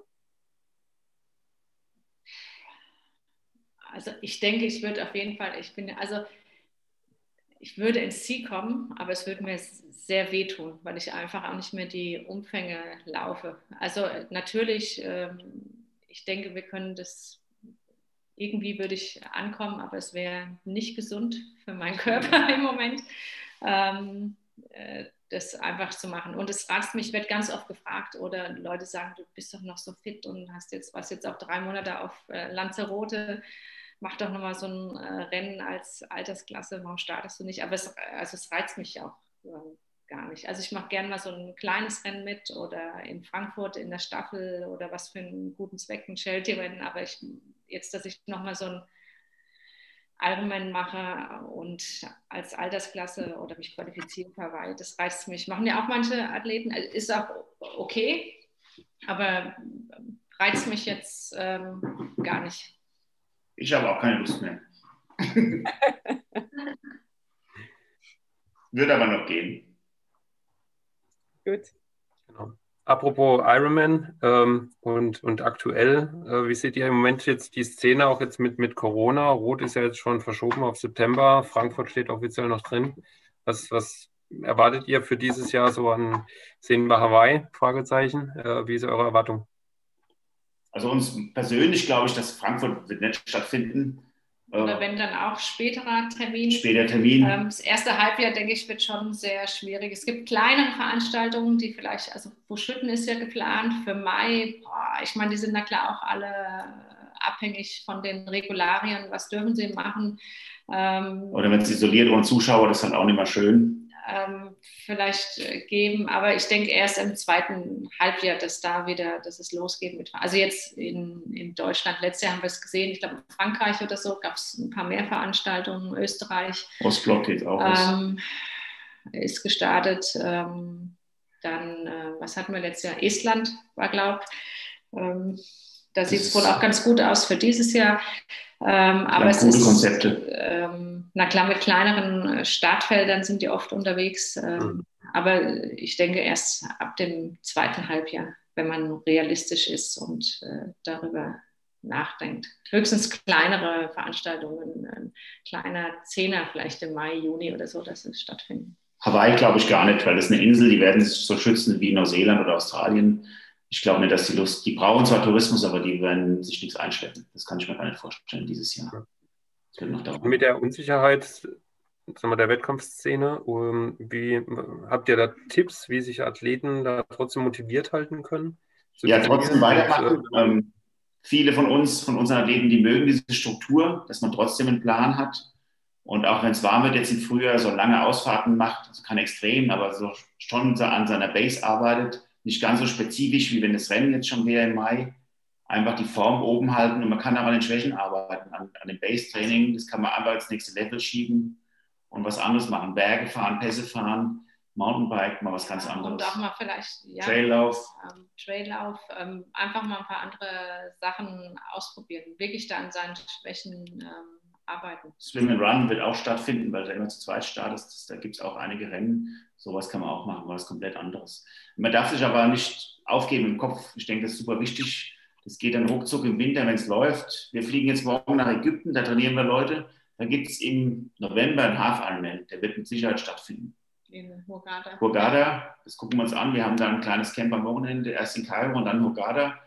Also ich denke, ich würde auf jeden Fall, ich bin, also ich würde ins Ziel kommen, aber es würde mir sehr wehtun, weil ich einfach auch nicht mehr die Umfänge laufe. Also natürlich, ähm, ich denke, wir können das, irgendwie würde ich ankommen, aber es wäre nicht gesund für meinen Körper im Moment, ähm, äh, das einfach zu machen. Und es reizt mich, ich werde ganz oft gefragt oder Leute sagen, du bist doch noch so fit und hast jetzt, was jetzt auch drei Monate auf äh, Lanzarote, mach doch nochmal so ein äh, Rennen als Altersklasse, warum startest du nicht? Aber es, also es reizt mich auch äh, gar nicht. Also ich mache gerne mal so ein kleines Rennen mit oder in Frankfurt in der Staffel oder was für einen guten Zweck, ein Charity-Rennen, aber ich, jetzt, dass ich nochmal so ein Ironman mache und als Altersklasse oder mich qualifiziere für Hawaii, das reizt mich. Machen ja auch manche Athleten, ist auch okay, aber reizt mich jetzt ähm, gar nicht. Ich habe auch keine Lust mehr. Würde aber noch gehen. Gut. Genau. Apropos Ironman ähm, und, und aktuell, äh, wie seht ihr im Moment jetzt die Szene auch jetzt mit, mit Corona? Rot ist ja jetzt schon verschoben auf September, Frankfurt steht offiziell noch drin. Was, was erwartet ihr für dieses Jahr so an, sehen wir Hawaii? Fragezeichen. Äh, wie ist eure Erwartung? Also uns persönlich glaube ich, dass Frankfurt wird nicht stattfinden. Oder wenn dann auch späterer Termin. Später Termin. Ähm, das erste Halbjahr, denke ich, wird schon sehr schwierig. Es gibt kleinere Veranstaltungen, die vielleicht, also Buschütten ist ja geplant für Mai. Boah, ich meine, die sind da klar auch alle abhängig von den Regularien. Was dürfen sie machen? Ähm, Oder wenn es isoliert ohne Zuschauer, das ist dann auch nicht mehr schön. Ähm, vielleicht geben, aber ich denke erst im zweiten Halbjahr, dass da wieder, dass es losgeht mit, also jetzt in, in Deutschland, letztes Jahr haben wir es gesehen, ich glaube in Frankreich oder so, gab es ein paar mehr Veranstaltungen, Österreich Ostblock geht auch ähm, ist gestartet, ähm, dann, äh, was hatten wir letztes Jahr, Estland war, glaube ich, ähm, da sieht es wohl auch ganz gut aus für dieses Jahr. Ähm, aber es gute ist, Konzepte. Ähm, na klar, mit kleineren Startfeldern sind die oft unterwegs. Ähm, mhm. Aber ich denke erst ab dem zweiten Halbjahr, wenn man realistisch ist und äh, darüber nachdenkt. Höchstens kleinere Veranstaltungen, ein kleiner Zehner vielleicht im Mai, Juni oder so, dass es stattfinden. Hawaii glaube ich gar nicht, weil das ist eine Insel, die werden sich so schützen wie Neuseeland oder Australien. Ich glaube nicht, dass die Lust, die brauchen zwar Tourismus, aber die werden sich nichts einschleppen. Das kann ich mir gar nicht vorstellen dieses Jahr. Das wird noch dauern. Mit der Unsicherheit, sagen wir, der Wettkampfszene, wie habt ihr da Tipps, wie sich Athleten da trotzdem motiviert halten können? Ja, trotzdem weitermachen. Und, ähm, viele von uns, von unseren Athleten, die mögen diese Struktur, dass man trotzdem einen Plan hat. Und auch wenn es warm wird, jetzt im Frühjahr so lange Ausfahrten macht, also kein Extrem, aber so schon an seiner Base arbeitet. Nicht ganz so spezifisch, wie wenn das Rennen jetzt schon wäre im Mai. Einfach die Form oben halten und man kann auch an den Schwächen arbeiten, an, an dem Base-Training. Das kann man einfach ins nächste Level schieben und was anderes machen. Berge fahren, Pässe fahren, Mountainbike, mal was ganz anderes. Und auch mal vielleicht ja, Traillauf. Ähm, Traillauf, ähm, einfach mal ein paar andere Sachen ausprobieren. Wirklich da an seinen Schwächen ähm, arbeiten. Swim and Run wird auch stattfinden, weil da immer zu zweit startet. Da gibt es auch einige Rennen. Sowas kann man auch machen, was komplett anderes. Man darf sich aber nicht aufgeben im Kopf. Ich denke, das ist super wichtig. Das geht dann ruckzuck im Winter, wenn es läuft. Wir fliegen jetzt morgen nach Ägypten, da trainieren wir Leute. Da gibt es im November einen Half-Ironman. Der wird mit Sicherheit stattfinden. In Hurghada. Hurghada, das gucken wir uns an. Wir haben da ein kleines Camp am Wochenende, erst in Kairo und dann Hurghada.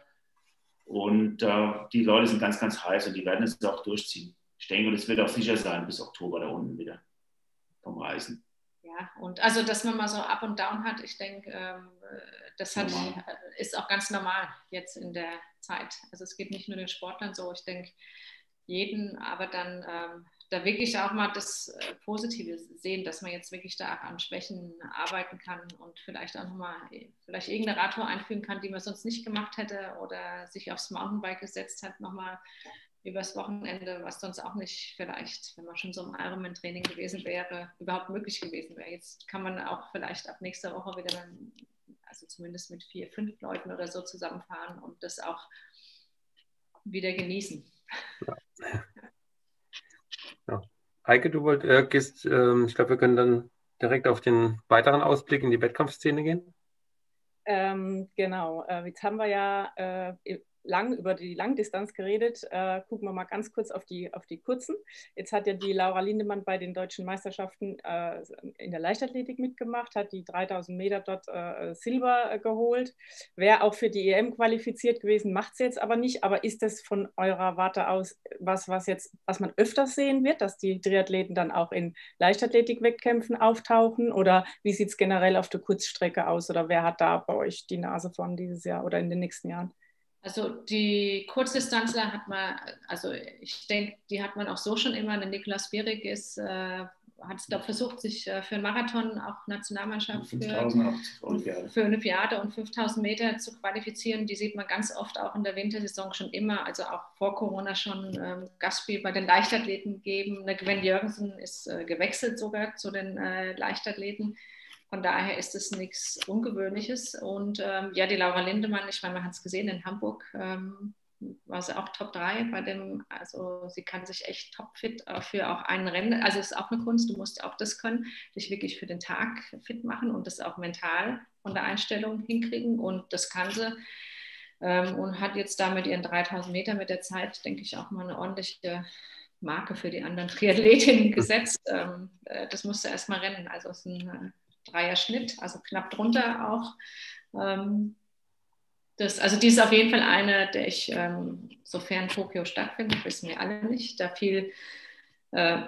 Und äh, die Leute sind ganz, ganz heiß und die werden es auch durchziehen. Ich denke, das wird auch sicher sein bis Oktober da unten wieder vom Reisen. Ja, und also, dass man mal so Up und Down hat, ich denke, ähm, das hat, ist auch ganz normal jetzt in der Zeit. Also es geht nicht nur den Sportlern so, ich denke jeden, aber dann ähm, da wirklich auch mal das äh, Positive sehen, dass man jetzt wirklich da an Schwächen arbeiten kann und vielleicht auch nochmal vielleicht irgendeine Radtour einfügen kann, die man sonst nicht gemacht hätte oder sich aufs Mountainbike gesetzt hat, nochmal übers Wochenende, was sonst auch nicht vielleicht, wenn man schon so im Ironman-Training gewesen wäre, überhaupt möglich gewesen wäre. Jetzt kann man auch vielleicht ab nächster Woche wieder, dann, also zumindest mit vier, fünf Leuten oder so zusammenfahren und das auch wieder genießen. Ja. Ja. Heike, du wollt, äh, gehst, äh, ich glaube, wir können dann direkt auf den weiteren Ausblick in die Wettkampfszene gehen. Ähm, genau, äh, jetzt haben wir ja äh, lang über die Langdistanz geredet. Äh, gucken wir mal ganz kurz auf die, auf die kurzen. Jetzt hat ja die Laura Lindemann bei den deutschen Meisterschaften äh, in der Leichtathletik mitgemacht, hat die dreitausend Meter dort äh, Silber äh, geholt. Wäre auch für die E M qualifiziert gewesen, macht sie jetzt aber nicht. Aber ist das von eurer Warte aus was, was jetzt, was man öfters sehen wird, dass die Triathleten dann auch in Leichtathletik-Wettkämpfen auftauchen? Oder wie sieht es generell auf der Kurzstrecke aus? Oder wer hat da bei euch die Nase vorn dieses Jahr oder in den nächsten Jahren? Also die Kurzdistanzler hat man, also ich denke, die hat man auch so schon immer. Der Nikolaus Bierig ist, äh, hat es da versucht, sich äh, für einen Marathon, auch Nationalmannschaft für, für Olympiade und fünftausend Meter zu qualifizieren. Die sieht man ganz oft auch in der Wintersaison schon immer, also auch vor Corona schon ähm, Gastspiel bei den Leichtathleten geben. Der Gwen Jürgensen ist äh, gewechselt sogar zu den äh, Leichtathleten. Von daher ist es nichts Ungewöhnliches. Und ähm, ja, die Laura Lindemann, ich meine, man hat es gesehen in Hamburg, ähm, war sie auch Top drei bei dem, also sie kann sich echt topfit für auch einen Rennen, also es ist auch eine Kunst, du musst auch das können, dich wirklich für den Tag fit machen und das auch mental von der Einstellung hinkriegen und das kann sie. Ähm, und hat jetzt da mit ihren dreitausend Meter mit der Zeit, denke ich, auch mal eine ordentliche Marke für die anderen Triathletinnen gesetzt. Ähm, äh, das musste erst mal rennen, also es ist ein äh, Dreier-Schnitt, also knapp drunter auch. Ähm, das, also die ist auf jeden Fall eine, der ich, ähm, sofern Tokio stattfindet, wissen wir alle nicht, da viel äh,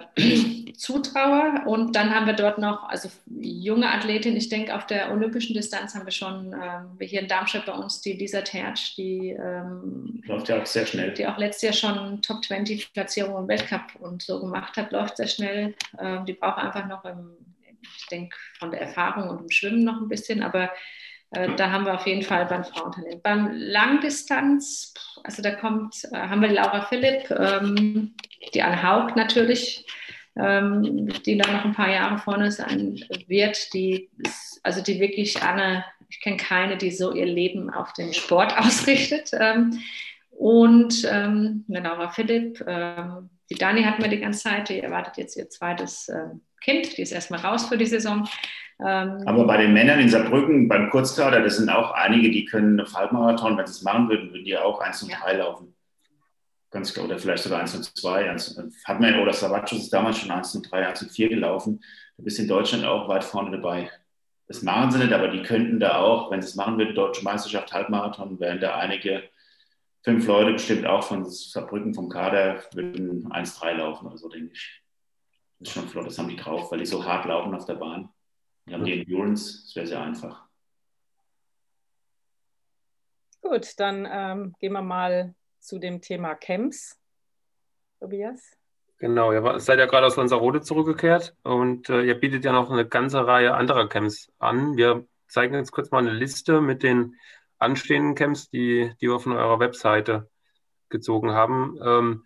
zutraue. Und dann haben wir dort noch, also junge Athletin, ich denke auf der olympischen Distanz haben wir schon, ähm, hier in Darmstadt bei uns, die Lisa Tertsch, die ähm, läuft ja auch sehr schnell. Die auch letztes Jahr schon Top zwanzig Platzierung im Weltcup und so gemacht hat, läuft sehr schnell. Ähm, die braucht einfach noch im ich denke, von der Erfahrung und im Schwimmen noch ein bisschen, aber äh, da haben wir auf jeden Fall beim Frauentalent. Beim Langdistanz, also da kommt, äh, haben wir die Laura Philipp, ähm, die Anne Haug natürlich, ähm, die da noch ein paar Jahre vorne sein wird, die ist, also die wirklich Anne, ich kenne keine, die so ihr Leben auf den Sport ausrichtet. Ähm, und ähm, eine Laura Philipp, ähm, die Dani hatten wir die ganze Zeit, die erwartet jetzt ihr zweites ähm, Kind, die ist erstmal raus für die Saison. Ähm, Aber bei den Männern in Saarbrücken, beim Kurzkader, das sind auch einige, die können einen Halbmarathon, wenn sie es machen würden, würden die auch eins und drei ja. laufen. Ganz klar, oder vielleicht sogar eins und zwei. Hat man, oder Savacos ist damals schon eins und drei, eins und vier gelaufen. Du bist in Deutschland auch weit vorne dabei. Das machen sie nicht, aber die könnten da auch, wenn sie es machen würden, Deutsche Meisterschaft, Halbmarathon, wären da einige, fünf Leute bestimmt auch von Saarbrücken vom Kader, würden eins drei laufen oder so, denke ich. Das ist schon flott, das haben die drauf, weil die so hart laufen auf der Bahn. Die haben die Endurance, das wäre sehr einfach. Gut, dann ähm, gehen wir mal zu dem Thema Camps. Tobias? Genau, ihr seid ja gerade aus Lanzarote zurückgekehrt und äh, ihr bietet ja noch eine ganze Reihe anderer Camps an. Wir zeigen jetzt kurz mal eine Liste mit den anstehenden Camps, die, die wir von eurer Webseite gezogen haben. Ähm,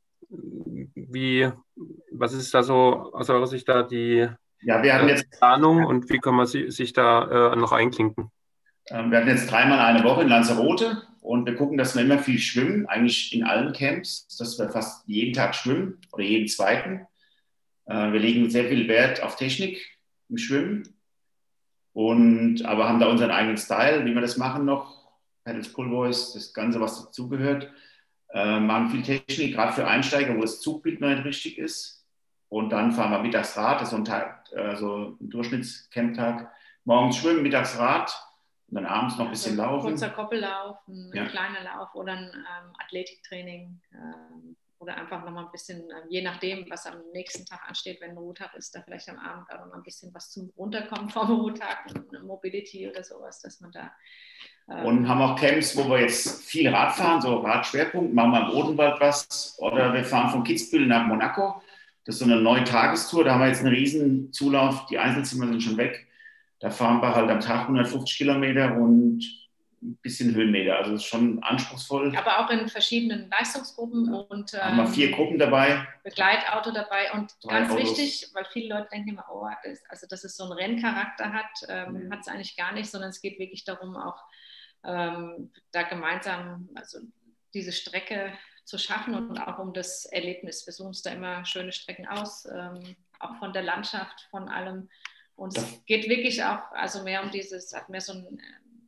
wie, was ist da so aus eurer Sicht da die ja, wir hatten äh, jetzt, Planung und wie kann man si sich da äh, noch einklinken? Ähm, wir hatten jetzt dreimal eine Woche in Lanzarote und wir gucken, dass wir immer viel schwimmen, eigentlich in allen Camps, dass wir fast jeden Tag schwimmen oder jeden zweiten. Äh, wir legen sehr viel Wert auf Technik im Schwimmen, und, aber haben da unseren eigenen Style, wie wir das machen noch, Pedals, Pull Boys, das Ganze, was dazugehört. Äh, machen viel Technik, gerade für Einsteiger, wo das Zugbild noch nicht richtig ist. Und dann fahren wir mittags Rad, das ist so ein, Tag, äh, so ein Durchschnittscamptag. Morgens schwimmen, mittags Rad und dann abends noch ein bisschen also laufen. Kurzer Koppellauf, ein ja. kleiner Lauf oder ein ähm, Athletiktraining ähm, oder einfach nochmal ein bisschen, ähm, je nachdem, was am nächsten Tag ansteht, wenn ein Ruhetag ist, da vielleicht am Abend auch noch ein bisschen was zum Runterkommen vom Ruhetag, eine Mobility oder sowas, dass man da und haben auch Camps, wo wir jetzt viel Rad fahren, so Radschwerpunkt, machen wir im Odenwald was. Oder wir fahren von Kitzbühel nach Monaco. Das ist so eine neue Tagestour. Da haben wir jetzt einen riesen Zulauf. Die Einzelzimmer sind schon weg. Da fahren wir halt am Tag hundertfünfzig Kilometer und ein bisschen Höhenmeter. Also das ist schon anspruchsvoll. Aber auch in verschiedenen Leistungsgruppen. Und ähm, haben wir vier Gruppen dabei. Begleitauto dabei. Und Drei ganz Autos. Wichtig, weil viele Leute denken immer, oh, das, also dass es so einen Renncharakter hat, ähm, mhm. hat es eigentlich gar nicht, sondern es geht wirklich darum, auch Ähm, da gemeinsam also diese Strecke zu schaffen und auch um das Erlebnis. Wir suchen uns da immer schöne Strecken aus, ähm, auch von der Landschaft, von allem. Und es geht wirklich auch also mehr um dieses, hat mehr so einen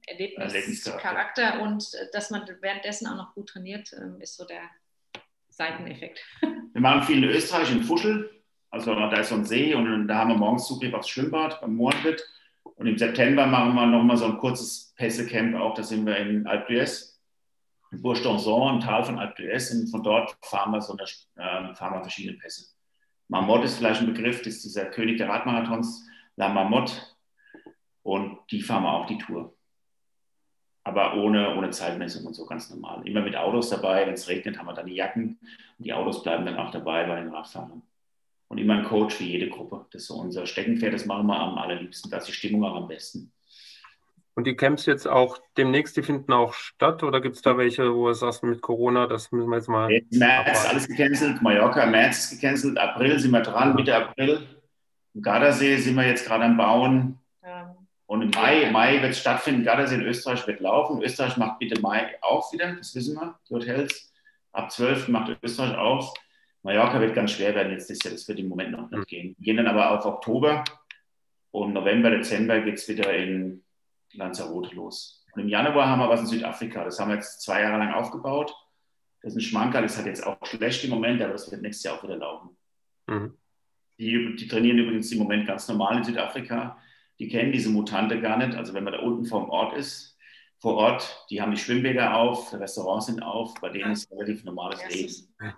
Erlebnischarakter und äh, dass man währenddessen auch noch gut trainiert, äh, ist so der Seiteneffekt. Wir machen viel in Österreich, in Fuschel. Also da ist so ein See und da haben wir morgens Zugriff aufs Schwimmbad beim Mohrenritt. Und im September machen wir nochmal so ein kurzes Pässe-Camp auch. Da sind wir in Alpe d'Huez, in Bourg-d'Anson, im Tal von Alpe d'Huez. Und von dort fahren wir, so eine, äh, fahren wir verschiedene Pässe. Marmotte ist vielleicht ein Begriff, das ist dieser König der Radmarathons, La Marmotte. Und die fahren wir auch die Tour. Aber ohne, ohne Zeitmessung und so, ganz normal. Immer mit Autos dabei. Wenn es regnet, haben wir dann die Jacken. Und die Autos bleiben dann auch dabei bei den Radfahrern. Und immer ein Coach für jede Gruppe. Das ist so unser Steckenpferd, das machen wir am allerliebsten. Da ist die Stimmung auch am besten. Und die Camps jetzt auch demnächst, die finden auch statt? Oder gibt es da welche, wo du sagst, mit Corona, das müssen wir jetzt mal... Im März alles gecancelt. Mallorca, März ist gecancelt. April sind wir dran, Mitte April. Im Gardasee sind wir jetzt gerade am Bauen. Ja. Und im Mai, Mai wird es stattfinden. Gardasee in Österreich wird laufen. Österreich macht Mitte Mai auch wieder, das wissen wir, die Hotels. Ab zwölften macht Österreich auf. Mallorca wird ganz schwer werden jetzt, das wird im Moment noch nicht gehen. Wir gehen dann aber auf Oktober und November, Dezember geht es wieder in Lanzarote los. Und im Januar haben wir was in Südafrika. Das haben wir jetzt zwei Jahre lang aufgebaut. Das ist ein Schmankerl, das hat jetzt auch schlecht im Moment, aber das wird nächstes Jahr auch wieder laufen. Mhm. Die, die trainieren übrigens im Moment ganz normal in Südafrika. Die kennen diese Mutante gar nicht. Also wenn man da unten vom Ort ist, vor Ort, die haben die Schwimmbäder auf, Restaurants sind auf, bei denen ist relativ normales Leben.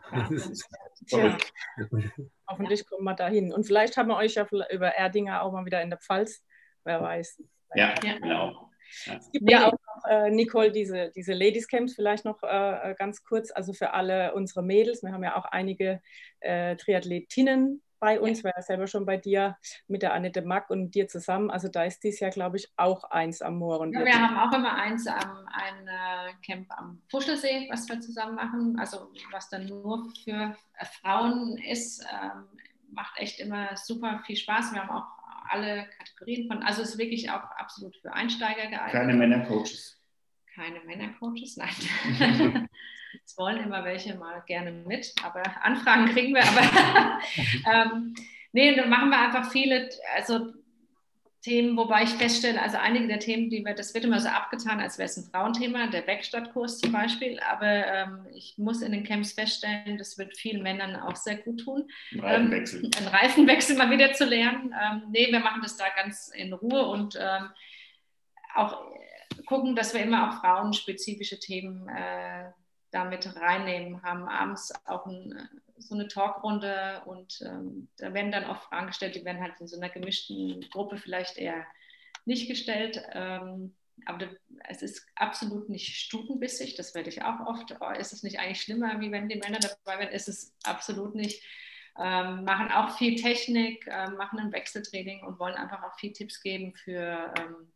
Ja. Hoffentlich kommen wir da hin. Und vielleicht haben wir euch ja über Erdinger auch mal wieder in der Pfalz, wer weiß. Ja, ja. Genau. Ja. Es gibt ja auch noch, äh, Nicole, diese, diese Ladies Camps vielleicht noch äh, ganz kurz, also für alle unsere Mädels. Wir haben ja auch einige äh, Triathletinnen bei uns, ja. War ja selber schon bei dir mit der Annette Mack und dir zusammen. Also da ist dies Jahr, glaube ich, auch eins am Mohren. Ja, wir haben auch immer eins, ähm, ein äh, Camp am Fuschelsee, was wir zusammen machen. Also was dann nur für äh, Frauen ist, ähm, macht echt immer super viel Spaß. Wir haben auch alle Kategorien von, also es ist wirklich auch absolut für Einsteiger geeignet. Keine Männercoaches. Keine Männercoaches, nein. Es wollen immer welche mal gerne mit, aber Anfragen kriegen wir. Aber ähm, nee, dann machen wir einfach viele, also Themen, wobei ich feststelle, also einige der Themen, die wir, das wird immer so abgetan, als wäre es ein Frauenthema, der Werkstattkurs zum Beispiel, aber ähm, ich muss in den Camps feststellen, das wird vielen Männern auch sehr gut tun. Ein Reifenwechsel. Ähm, einen Reifenwechsel mal wieder zu lernen. Ähm, nee, wir machen das da ganz in Ruhe und ähm, auch gucken, dass wir immer auch frauenspezifische Themen äh, damit reinnehmen, haben abends auch ein, so eine Talkrunde und ähm, da werden dann auch Fragen gestellt, die werden halt in so einer gemischten Gruppe vielleicht eher nicht gestellt, ähm, aber es ist absolut nicht stutenbissig, das werde ich auch oft, oh, ist es nicht eigentlich schlimmer, wie wenn die Männer dabei wären, ist es absolut nicht, ähm, machen auch viel Technik, äh, machen ein Wechseltraining und wollen einfach auch viel Tipps geben für, ähm,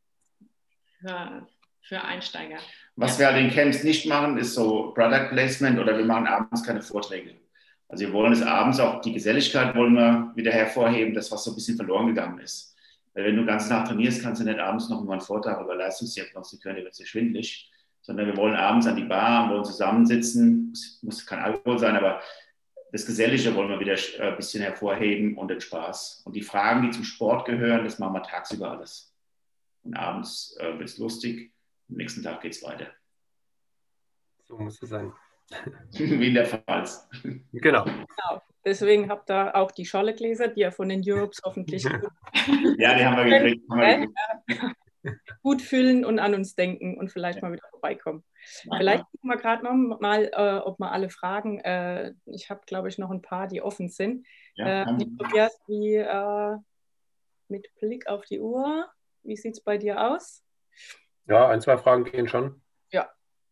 für für Einsteiger. Was wir halt in Camps nicht machen, ist so Product Placement oder wir machen abends keine Vorträge. Also wir wollen es abends auch, die Geselligkeit wollen wir wieder hervorheben, das was so ein bisschen verloren gegangen ist. Weil wenn du den ganzen Tag trainierst, kannst du nicht abends noch mal einen Vortrag über Leistungsdiagnostik hören, die wird sehr schwindelig, sondern wir wollen abends an die Bar, wollen zusammensitzen, es muss kein Alkohol sein, aber das Gesellige wollen wir wieder ein bisschen hervorheben und den Spaß. Und die Fragen, die zum Sport gehören, das machen wir tagsüber alles. Und abends äh, wird es lustig. Am nächsten Tag geht es weiter. So muss es sein. Wie in der Pfalz. Genau. Genau. Deswegen habt ihr auch die Scholle-Gläser, die ihr von den Europes hoffentlich gut, ja, die haben wir gekriegt. Haben wir gekriegt. gut füllen und an uns denken und vielleicht mal wieder vorbeikommen. Aha. Vielleicht gucken wir gerade noch mal, äh, ob wir alle Fragen, äh, ich habe, glaube ich, noch ein paar, die offen sind. Ja, äh, Tobias, wie äh, mit Blick auf die Uhr, wie sieht es bei dir aus? Ja, ein, zwei Fragen gehen schon. Ja.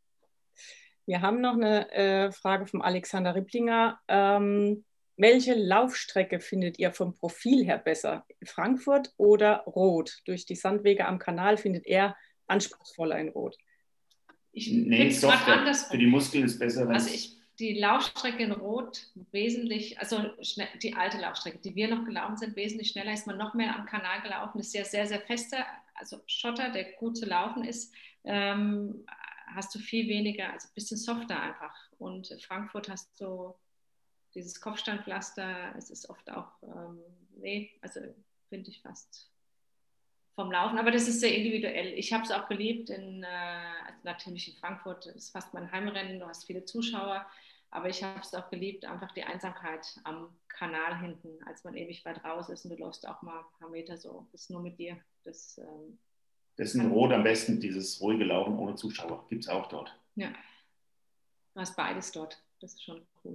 Wir haben noch eine äh, Frage vom Alexander Ripplinger. Ähm, welche Laufstrecke findet ihr vom Profil her besser? Frankfurt oder Rot? Durch die Sandwege am Kanal findet er anspruchsvoller in Rot. Ich nee, softer. Für die Muskeln ist besser. Also ich, die Laufstrecke in Rot wesentlich, also schnell, die alte Laufstrecke, die wir noch gelaufen sind, wesentlich schneller, ist man noch mehr am Kanal gelaufen, ist ja sehr, sehr fester, also Schotter, der gut zu laufen ist, ähm, hast du viel weniger, also ein bisschen softer einfach. Und Frankfurt hast du dieses Kopfsteinpflaster, es ist oft auch, ähm, nee, also finde ich fast vom Laufen. Aber das ist sehr individuell. Ich habe es auch geliebt, in, äh, also natürlich in Frankfurt, das ist fast mein Heimrennen, du hast viele Zuschauer, aber ich habe es auch geliebt, einfach die Einsamkeit am Kanal hinten, als man ewig weit raus ist und du läufst auch mal ein paar Meter so, das ist nur mit dir. Das, ähm, das ist in Rot am besten, dieses ruhige Laufen ohne Zuschauer. Gibt es auch dort. Ja, du hast beides dort. Das ist schon cool.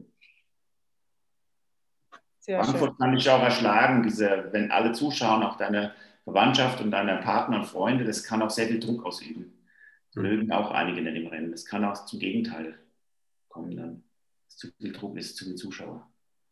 Sehr Frankfurt schön. kann dich auch erschlagen, diese, wenn alle zuschauen, auch deine Verwandtschaft und deine Partner und Freunde, das kann auch sehr viel Druck ausüben. Das mögen auch einige nicht im Rennen. Das kann auch zum Gegenteil kommen dann. Dass zu viel Druck ist, zu viel Zuschauer.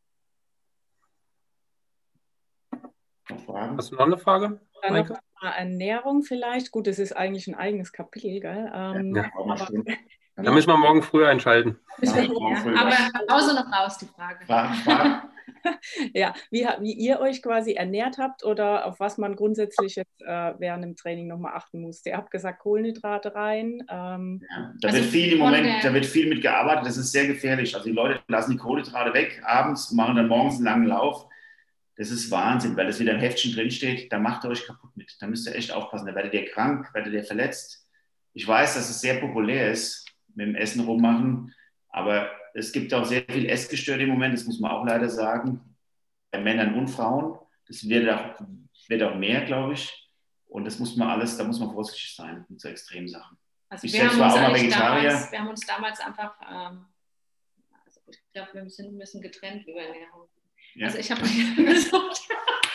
Noch Fragen? Hast du noch eine Frage? Dann noch mal Ernährung vielleicht. Gut, das ist eigentlich ein eigenes Kapitel, gell? Ähm, Ja, aber da müssen wir morgen früh einschalten. Ja, aber Pause noch raus, die Frage. Frage, Frage. ja, wie, wie ihr euch quasi ernährt habt oder auf was man grundsätzlich jetzt äh, während dem Training nochmal achten musste. Ihr habt gesagt, Kohlenhydrate rein. Ähm, ja, da, also wird viel im Moment, der, da wird viel mit gearbeitet. Das ist sehr gefährlich. Also die Leute lassen die Kohlenhydrate weg, abends machen dann morgens einen langen Lauf. Das ist Wahnsinn, weil das wieder im Heftchen drinsteht. Da macht ihr euch kaputt mit. Da müsst ihr echt aufpassen. Da werdet ihr krank, werdet ihr verletzt. Ich weiß, dass es sehr populär ist, mit dem Essen rummachen, aber es gibt auch sehr viel Essgestörte im Moment, das muss man auch leider sagen, bei Männern und Frauen. Das wird auch, wird auch mehr, glaube ich. Und das muss man alles, da muss man vorsichtig sein mit so extremen Sachen. Also ich wir selbst haben war uns auch mal eigentlich Vegetarier. Damals, wir haben uns damals einfach, ähm, also ich glaube, wir sind ein bisschen getrennt über Ernährung. Ja. Also ich habe versucht,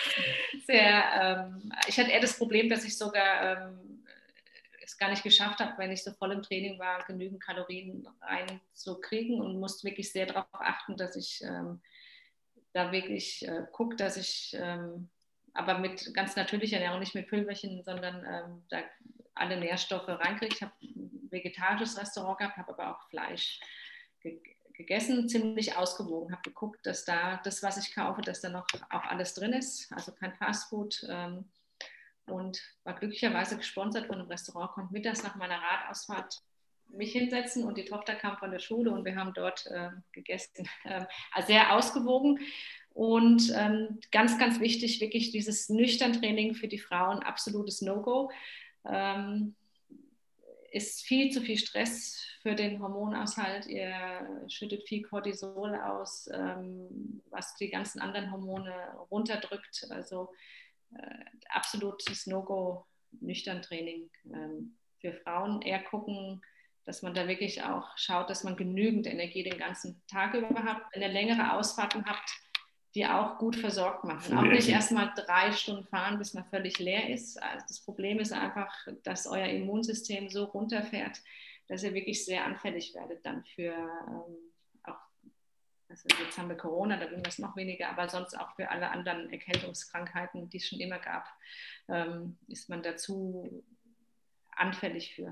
sehr, ähm, ich hatte eher das Problem, dass ich sogar ähm, es gar nicht geschafft habe, wenn ich so voll im Training war, genügend Kalorien reinzukriegen und musste wirklich sehr darauf achten, dass ich ähm, da wirklich äh, gucke, dass ich ähm, aber mit ganz natürlicher Ernährung, nicht mit Pülverchen, sondern ähm, da alle Nährstoffe reinkriege. Ich habe ein vegetarisches Restaurant gehabt, habe aber auch Fleisch ge gegessen, ziemlich ausgewogen, habe geguckt, dass da das, was ich kaufe, dass da noch auch alles drin ist, also kein Fastfood. Ähm, und war glücklicherweise gesponsert von einem Restaurant, konnte mittags nach meiner Radausfahrt mich hinsetzen und die Tochter kam von der Schule und wir haben dort äh, gegessen. Ähm, also sehr ausgewogen und ähm, ganz, ganz wichtig, wirklich dieses Nüchtern-Training für die Frauen, absolutes No-Go. Ähm, ist viel zu viel Stress für den Hormonaushalt. Ihr schüttet viel Cortisol aus, ähm, was die ganzen anderen Hormone runterdrückt. Also äh, absolutes No-Go, nüchtern Training ähm, für Frauen. Eher gucken, dass man da wirklich auch schaut, dass man genügend Energie den ganzen Tag über hat. Wenn ihr längere Ausfahrten habt, die auch gut versorgt machen. Auch nicht erst mal drei Stunden fahren, bis man völlig leer ist. Also das Problem ist einfach, dass euer Immunsystem so runterfährt, dass ihr wirklich sehr anfällig werdet dann für ähm, auch, also jetzt haben wir Corona, da ging das noch weniger, aber sonst auch für alle anderen Erkältungskrankheiten, die es schon immer gab, ähm, ist man dazu anfällig für.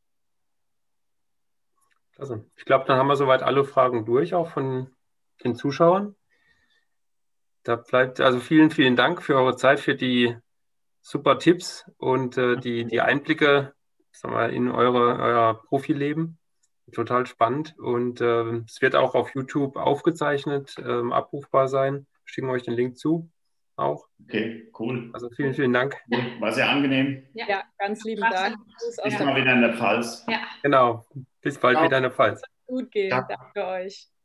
Also, ich glaube, dann haben wir soweit alle Fragen durch, auch von den Zuschauern. Da bleibt also vielen, vielen Dank für eure Zeit, für die super Tipps und äh, die, die Einblicke, sagen wir, in eure, euer Profileben. Total spannend. Und äh, es wird auch auf YouTube aufgezeichnet, ähm, abrufbar sein. Schicken wir euch den Link zu. Auch. Okay, cool. Also vielen, vielen Dank. War sehr angenehm. Ja, ja ganz lieben Dank. Bis mal wieder in der Pfalz. Ja. Genau. Bis bald Ciao. wieder in der Pfalz. Gut gehen. Ja. Danke euch.